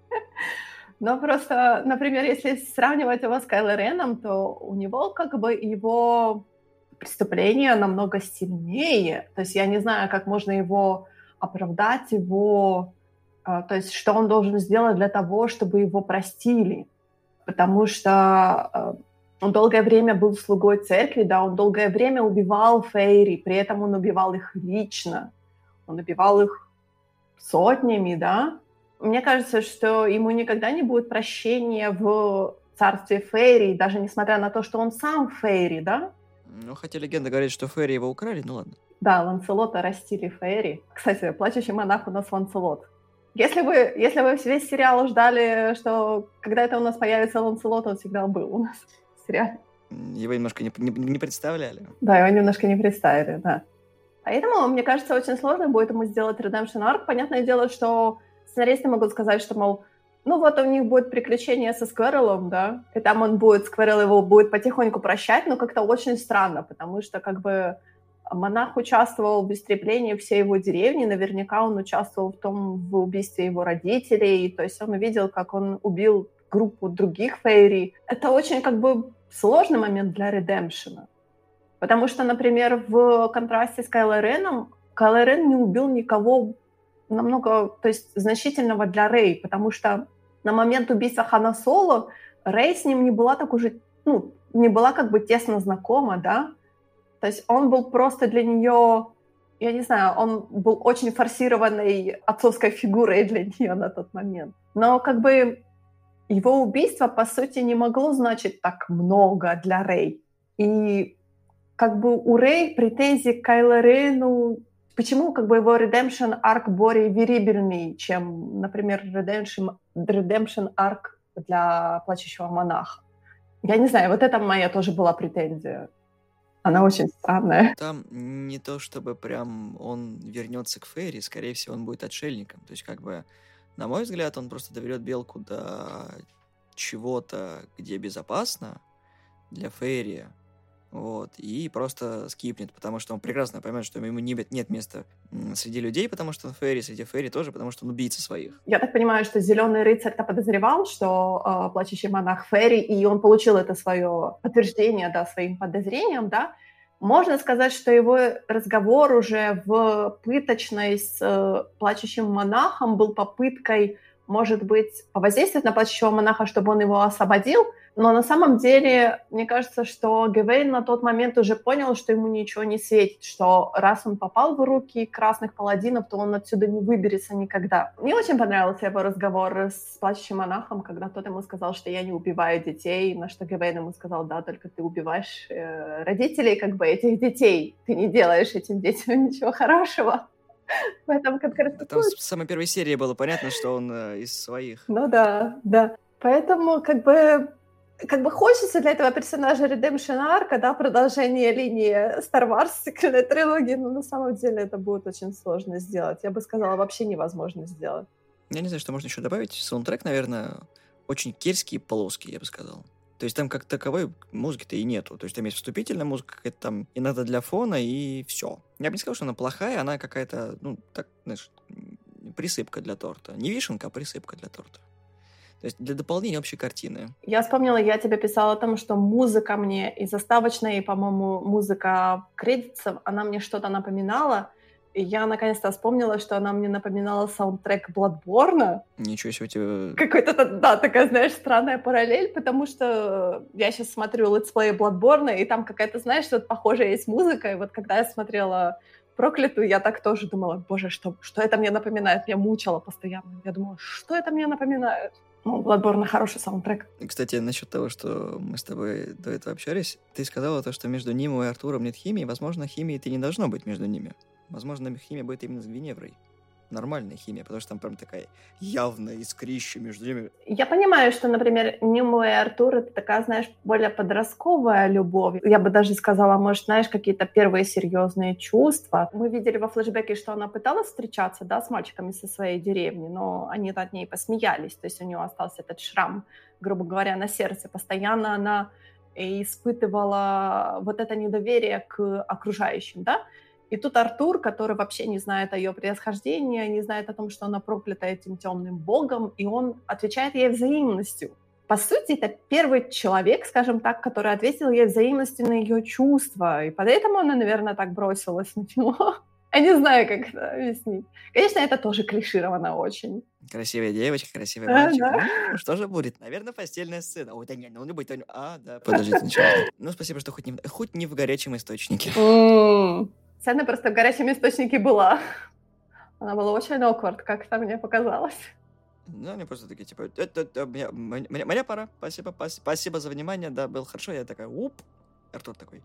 Но просто, например, если сравнивать его с Кайло Реном, то у него как бы его преступление намного сильнее. То есть я не знаю, как можно его оправдать, его... То есть что он должен сделать для того, чтобы его простили. Потому что он долгое время был слугой церкви, да, он долгое время убивал Фейри, при этом он убивал их лично. Он убивал их сотнями, да. Мне кажется, что ему никогда не будет прощения в царстве Фейри, даже несмотря на то, что он сам Фейри, да. Ну, хотя легенда говорит, что Фейри его украли, ну ладно. Да, Ланселота растили Фейри. Кстати, плачущий монах у нас Ланселот. Если вы, если вы весь сериал ждали, что когда это у нас появится Ланселот, он всегда был у нас в сериале. Его немножко не, не, не представляли. Да, его немножко не представили, да. Поэтому, мне кажется, очень сложно будет ему сделать Redemption Arc. Понятное дело, что сценаристы могут сказать, что, мол, ну вот у них будет приключение со Скверелом, да, и там он будет, Скверел его будет потихоньку прощать, но как-то очень странно, потому что как бы монах участвовал в истреблении всей его деревни, наверняка он участвовал в том, в убийстве его родителей, то есть он увидел, как он убил группу других фейри. Это очень как бы сложный момент для редемпшена, потому что, например, в контрасте с Кайло Реном, Кайло Рен не убил никого намного, то есть значительного для Рей, потому что на момент убийства Хана Соло Рей с ним не была так уже, ну, не была как бы тесно знакома, да, то есть он был просто для нее, я не знаю, он был очень форсированной отцовской фигурой для нее на тот момент. Но как бы его убийство, по сути, не могло значить так много для Рей. И как бы у Рей претензий к Кайло Рену. Почему как бы его Redemption Arc более верибельный, чем, например, Redemption, Redemption Arc для Плачущего монаха? Я не знаю, вот это моя тоже была претензия. Она очень странная. Там не то, чтобы прям он вернется к Фейри, скорее всего, он будет отшельником. То есть, как бы, на мой взгляд, он просто доведет Белку до чего-то, где безопасно для Фейри, вот, и просто скипнет, потому что он прекрасно поймет, что ему не, нет места среди людей, потому что он Фейри, среди Фейри тоже, потому что он убийца своих. Я так понимаю, что Зеленый рыцарь-то подозревал, что э, Плачущий монах Фейри, и он получил это свое подтверждение, да, своим подозрением, да. Можно сказать, что его разговор уже в пыточной с э, Плачущим монахом был попыткой, может быть, повоздействовать на Плачущего монаха, чтобы он его освободил, но на самом деле, мне кажется, что Гевейн на тот момент уже понял, что ему ничего не светит, что раз он попал в руки красных паладинов, то он отсюда не выберется никогда. Мне очень понравился его разговор с Плачущим монахом, когда тот ему сказал, что я не убиваю детей, на что Гевейн ему сказал, да, только ты убиваешь э, родителей как бы этих детей, ты не делаешь этим детям ничего хорошего. В этом конкретно. Там с самой первой серии было понятно, что он э, из своих. Ну да, да. Поэтому как бы как бы хочется для этого персонажа Redemption Arc, да, продолжение линии Star Wars сиквельной трилогии, но на самом деле это будет очень сложно сделать. Я бы сказала, вообще невозможно сделать. Я не знаю, что можно еще добавить. Саундтрек, наверное, очень кельтский и плоский, я бы сказал. То есть там как таковой музыки-то и нету. То есть там есть вступительная музыка, какая-то там иногда для фона, и все. Я бы не сказал, что она плохая, она какая-то, ну, так, знаешь, присыпка для торта. Не вишенка, а присыпка для торта. То есть для дополнения общей картины. Я вспомнила, я тебе писала о том, что музыка мне, и заставочная, и, по-моему, музыка кредитов, она мне что-то напоминала. И я наконец-то вспомнила, что она мне напоминала саундтрек Bloodborne. Ничего себе у тебя... Какой-то, да, такая, знаешь, странная параллель, потому что я сейчас смотрю летсплей Bloodborne, и там какая-то, знаешь, что-то похожее есть музыка. И вот когда я смотрела Проклятую, я так тоже думала, боже, что, что это мне напоминает? Меня мучило постоянно. Я думала, что это мне напоминает? Ну, Bloodborne хороший саундтрек. Кстати, насчет того, что мы с тобой до этого общались, ты сказала то, что между Нимом и Артуром нет химии. Возможно, химии-то и не должно быть между ними. Возможно, химия будет именно с Гвиневрой. Нормальная химия, потому что там прям такая явная искрища между ними. Я понимаю, что, например, Ниму и Артур — это такая, знаешь, более подростковая любовь. Я бы даже сказала, может, знаешь, какие-то первые серьезные чувства. Мы видели во флешбеке, что она пыталась встречаться, да, с мальчиками со своей деревни, но они над ней посмеялись. То есть у нее остался этот шрам, грубо говоря, на сердце. Постоянно она испытывала вот это недоверие к окружающим, да. И тут Артур, который вообще не знает о ее происхождении, не знает о том, что она проклята этим темным богом, и он отвечает ей взаимностью. По сути, это первый человек, скажем так, который ответил ей взаимностью на ее чувства, и поэтому она, наверное, так бросилась на него. Я не знаю, как это объяснить. Конечно, это тоже клишировано очень. Красивая девочка, красивый мальчик. А, да? Ну, что же будет? Наверное, постельная сцена. Ой, да нет, ну не будет. А, да, подождите, ничего. Ну, спасибо, что хоть не, хоть не в горячем источнике. Сцена просто в горячем источнике была. Она была очень awkward, как это мне показалось. Ну, они просто такие, типа, это, это, мне, мне, мне пора, спасибо, спасибо за внимание, да, было хорошо. Я такая, уп, Артур такой.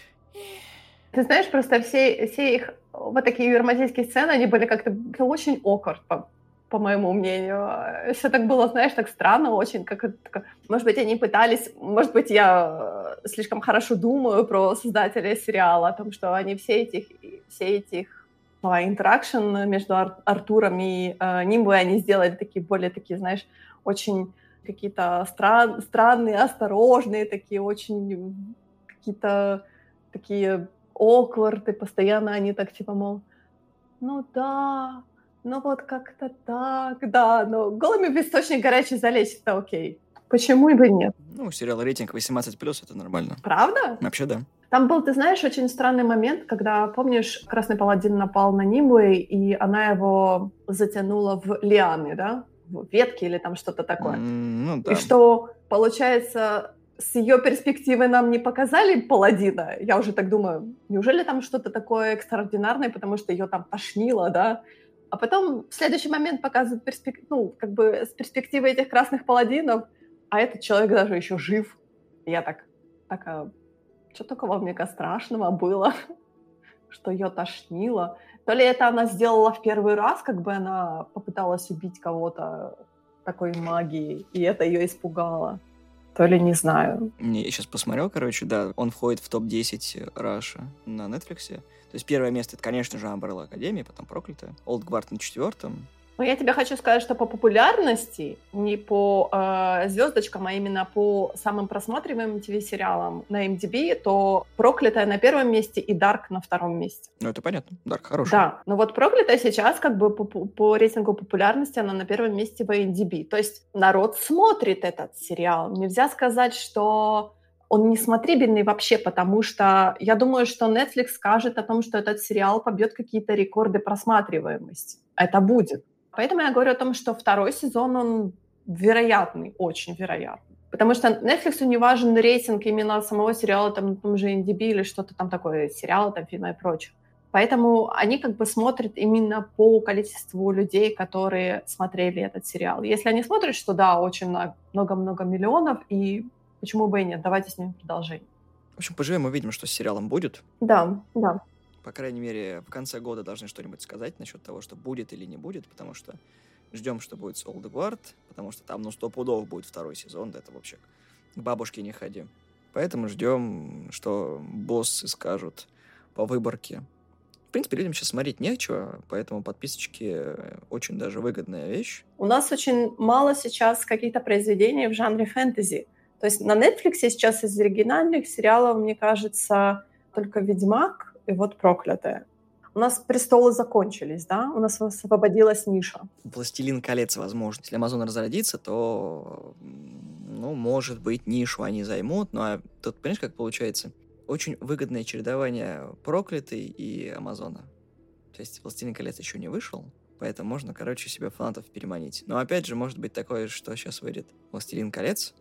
Ты знаешь, просто все, все их вот такие романтические сцены, они были как-то очень awkward по моему мнению. Все так было, знаешь, так странно очень. Как это, так, может быть, они пытались... Может быть, я слишком хорошо думаю про создателей сериала, о том, что они все этих... Все этих интеракшн между Ар- Артуром и э, Нимбой они сделали такие более такие, знаешь, очень какие-то стран, странные, осторожные, такие очень какие-то такие awkward, и постоянно они так типа, мол, ну да, ну вот как-то так, да, но голыми в источник горячий залезть, это окей. Почему бы нет? Ну, сериал рейтинг восемнадцать плюс, это нормально. Правда? Вообще, да. Там был, ты знаешь, очень странный момент, когда, помнишь, Красный Паладин напал на Нимбу, и она его затянула в лианы, да? В ветки или там что-то такое. Mm, ну, да. И что, получается, с ее перспективы нам не показали паладина? Я уже так думаю, неужели там что-то такое экстраординарное, потому что ее там тошнило, да? А потом в следующий момент показывают перспек... ну, как бы с перспективы этих красных паладинов, а этот человек даже еще жив. И я так, такая, что такого, мне кажется, страшного было, что ее тошнило. То ли это она сделала в первый раз, как бы она попыталась убить кого-то такой магией, и это ее испугало. То ли не знаю. Не, я сейчас посмотрел, короче, да, он входит в топ десять Раша на Netflix. То есть первое место, это, конечно же, Umbrella Academy, потом Проклятая. Old Guard на четвертом. Но я тебе хочу сказать, что по популярности, не по э, звездочкам, а именно по самым просматриваемым ТВ-сериалам на эм ди би, то «Проклятая» на первом месте и «Дарк» на втором месте. Ну, это понятно. «Дарк» хороший. Да, но вот «Проклятая» сейчас как бы по, по рейтингу популярности она на первом месте в эм ди би. То есть народ смотрит этот сериал. Нельзя сказать, что он не смотрибельный вообще, потому что я думаю, что Netflix скажет о том, что этот сериал побьет какие-то рекорды просматриваемости. Это будет. Поэтому я говорю о том, что второй сезон, он вероятный, очень вероятный. Потому что Netflix не важен рейтинг именно самого сериала, там, на том же эм ди би или что-то там такое, сериалы, там, фильмы и прочее. Поэтому они как бы смотрят именно по количеству людей, которые смотрели этот сериал. Если они смотрят, что да, очень много-много миллионов, и почему бы и нет, давайте с ним продолжение. В общем, поживем, увидим, что с сериалом будет. Да, да. По крайней мере, в конце года должны что-нибудь сказать насчет того, что будет или не будет, потому что ждем, что будет с Old Guard, потому что там, ну, сто пудов будет второй сезон, да это вообще к бабушке не ходи. Поэтому ждем, что боссы скажут по выборке. В принципе, людям сейчас смотреть нечего, поэтому подписочки очень даже выгодная вещь. У нас очень мало сейчас каких-то произведений в жанре фэнтези. То есть на Netflix сейчас из оригинальных сериалов, мне кажется, только «Ведьмак» и вот «Проклятая». У нас «Престолы» закончились, да? У нас освободилась ниша. «Властелин колец», возможно. Если Amazon разродится, то, ну, может быть, нишу они займут. Ну, а тут, понимаешь, как получается? Очень выгодное чередование «Проклятой» и Амазона. То есть «Властелин колец» еще не вышел, поэтому можно, короче, себе фанатов переманить. Но опять же, может быть такое, что сейчас выйдет «Властелин колец»,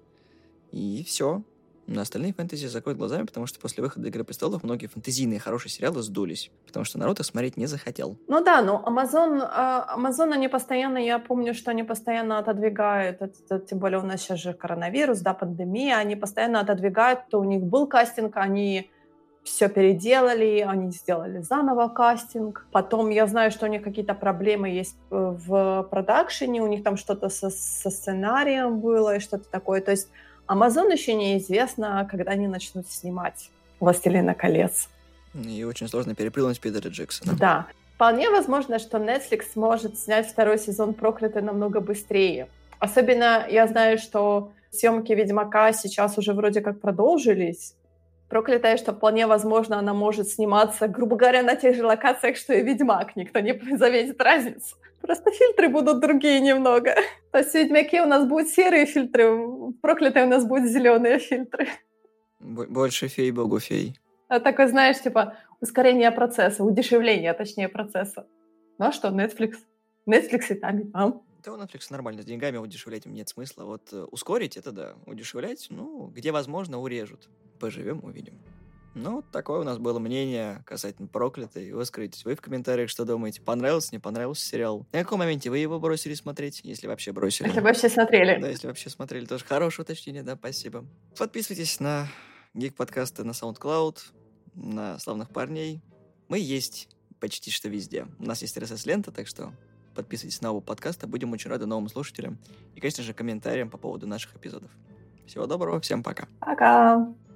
и все. На остальные фэнтези закроют глазами, потому что после выхода «Игры престолов» многие фэнтезийные хорошие сериалы сдулись, потому что народ их смотреть не захотел. Ну да, но Amazon, Amazon, они постоянно, я помню, что они постоянно отодвигают, это, тем более у нас сейчас же коронавирус, да, пандемия, они постоянно отодвигают, то у них был кастинг, они все переделали, они сделали заново кастинг. Потом я знаю, что у них какие-то проблемы есть в продакшене, у них там что-то со, со сценарием было и что-то такое, то есть Amazon еще неизвестно, когда они начнут снимать «Властелина колец». И очень сложно переплюнуть Питера Джексона. Да. Вполне возможно, что Netflix сможет снять второй сезон «Проклятой» намного быстрее. Особенно я знаю, что съемки «Ведьмака» сейчас уже вроде как продолжились. «Проклятая», что вполне возможно, она может сниматься, грубо говоря, на тех же локациях, что и «Ведьмак». Никто не заметит разницу. Просто фильтры будут другие немного. То есть в «Ведьмаке» у нас будут серые фильтры, в «Проклятой» у нас будут зеленые фильтры. Больше фей, богу фей. А такой, знаешь, типа ускорение процесса, удешевление, точнее, процесса. Ну а что, Netflix? Netflix и там, и там. Да, у Netflix нормально, с деньгами удешевлять им нет смысла. Вот э, ускорить это да, удешевлять, ну, где возможно, урежут. Поживем, увидим. Ну, такое у нас было мнение касательно «Проклятой». Вы скажите, вы в комментариях что думаете? Понравился, не понравился сериал? На каком моменте вы его бросили смотреть, если вообще бросили? Если вообще смотрели. Да, если вообще смотрели, тоже хорошее уточнение, да, спасибо. Подписывайтесь на гик-подкасты на SoundCloud, на «Славных парней». Мы есть почти что везде. У нас есть эр эс эс-лента, так что подписывайтесь на оба подкаста, будем очень рады новым слушателям и, конечно же, комментариям по поводу наших эпизодов. Всего доброго, всем пока. Пока!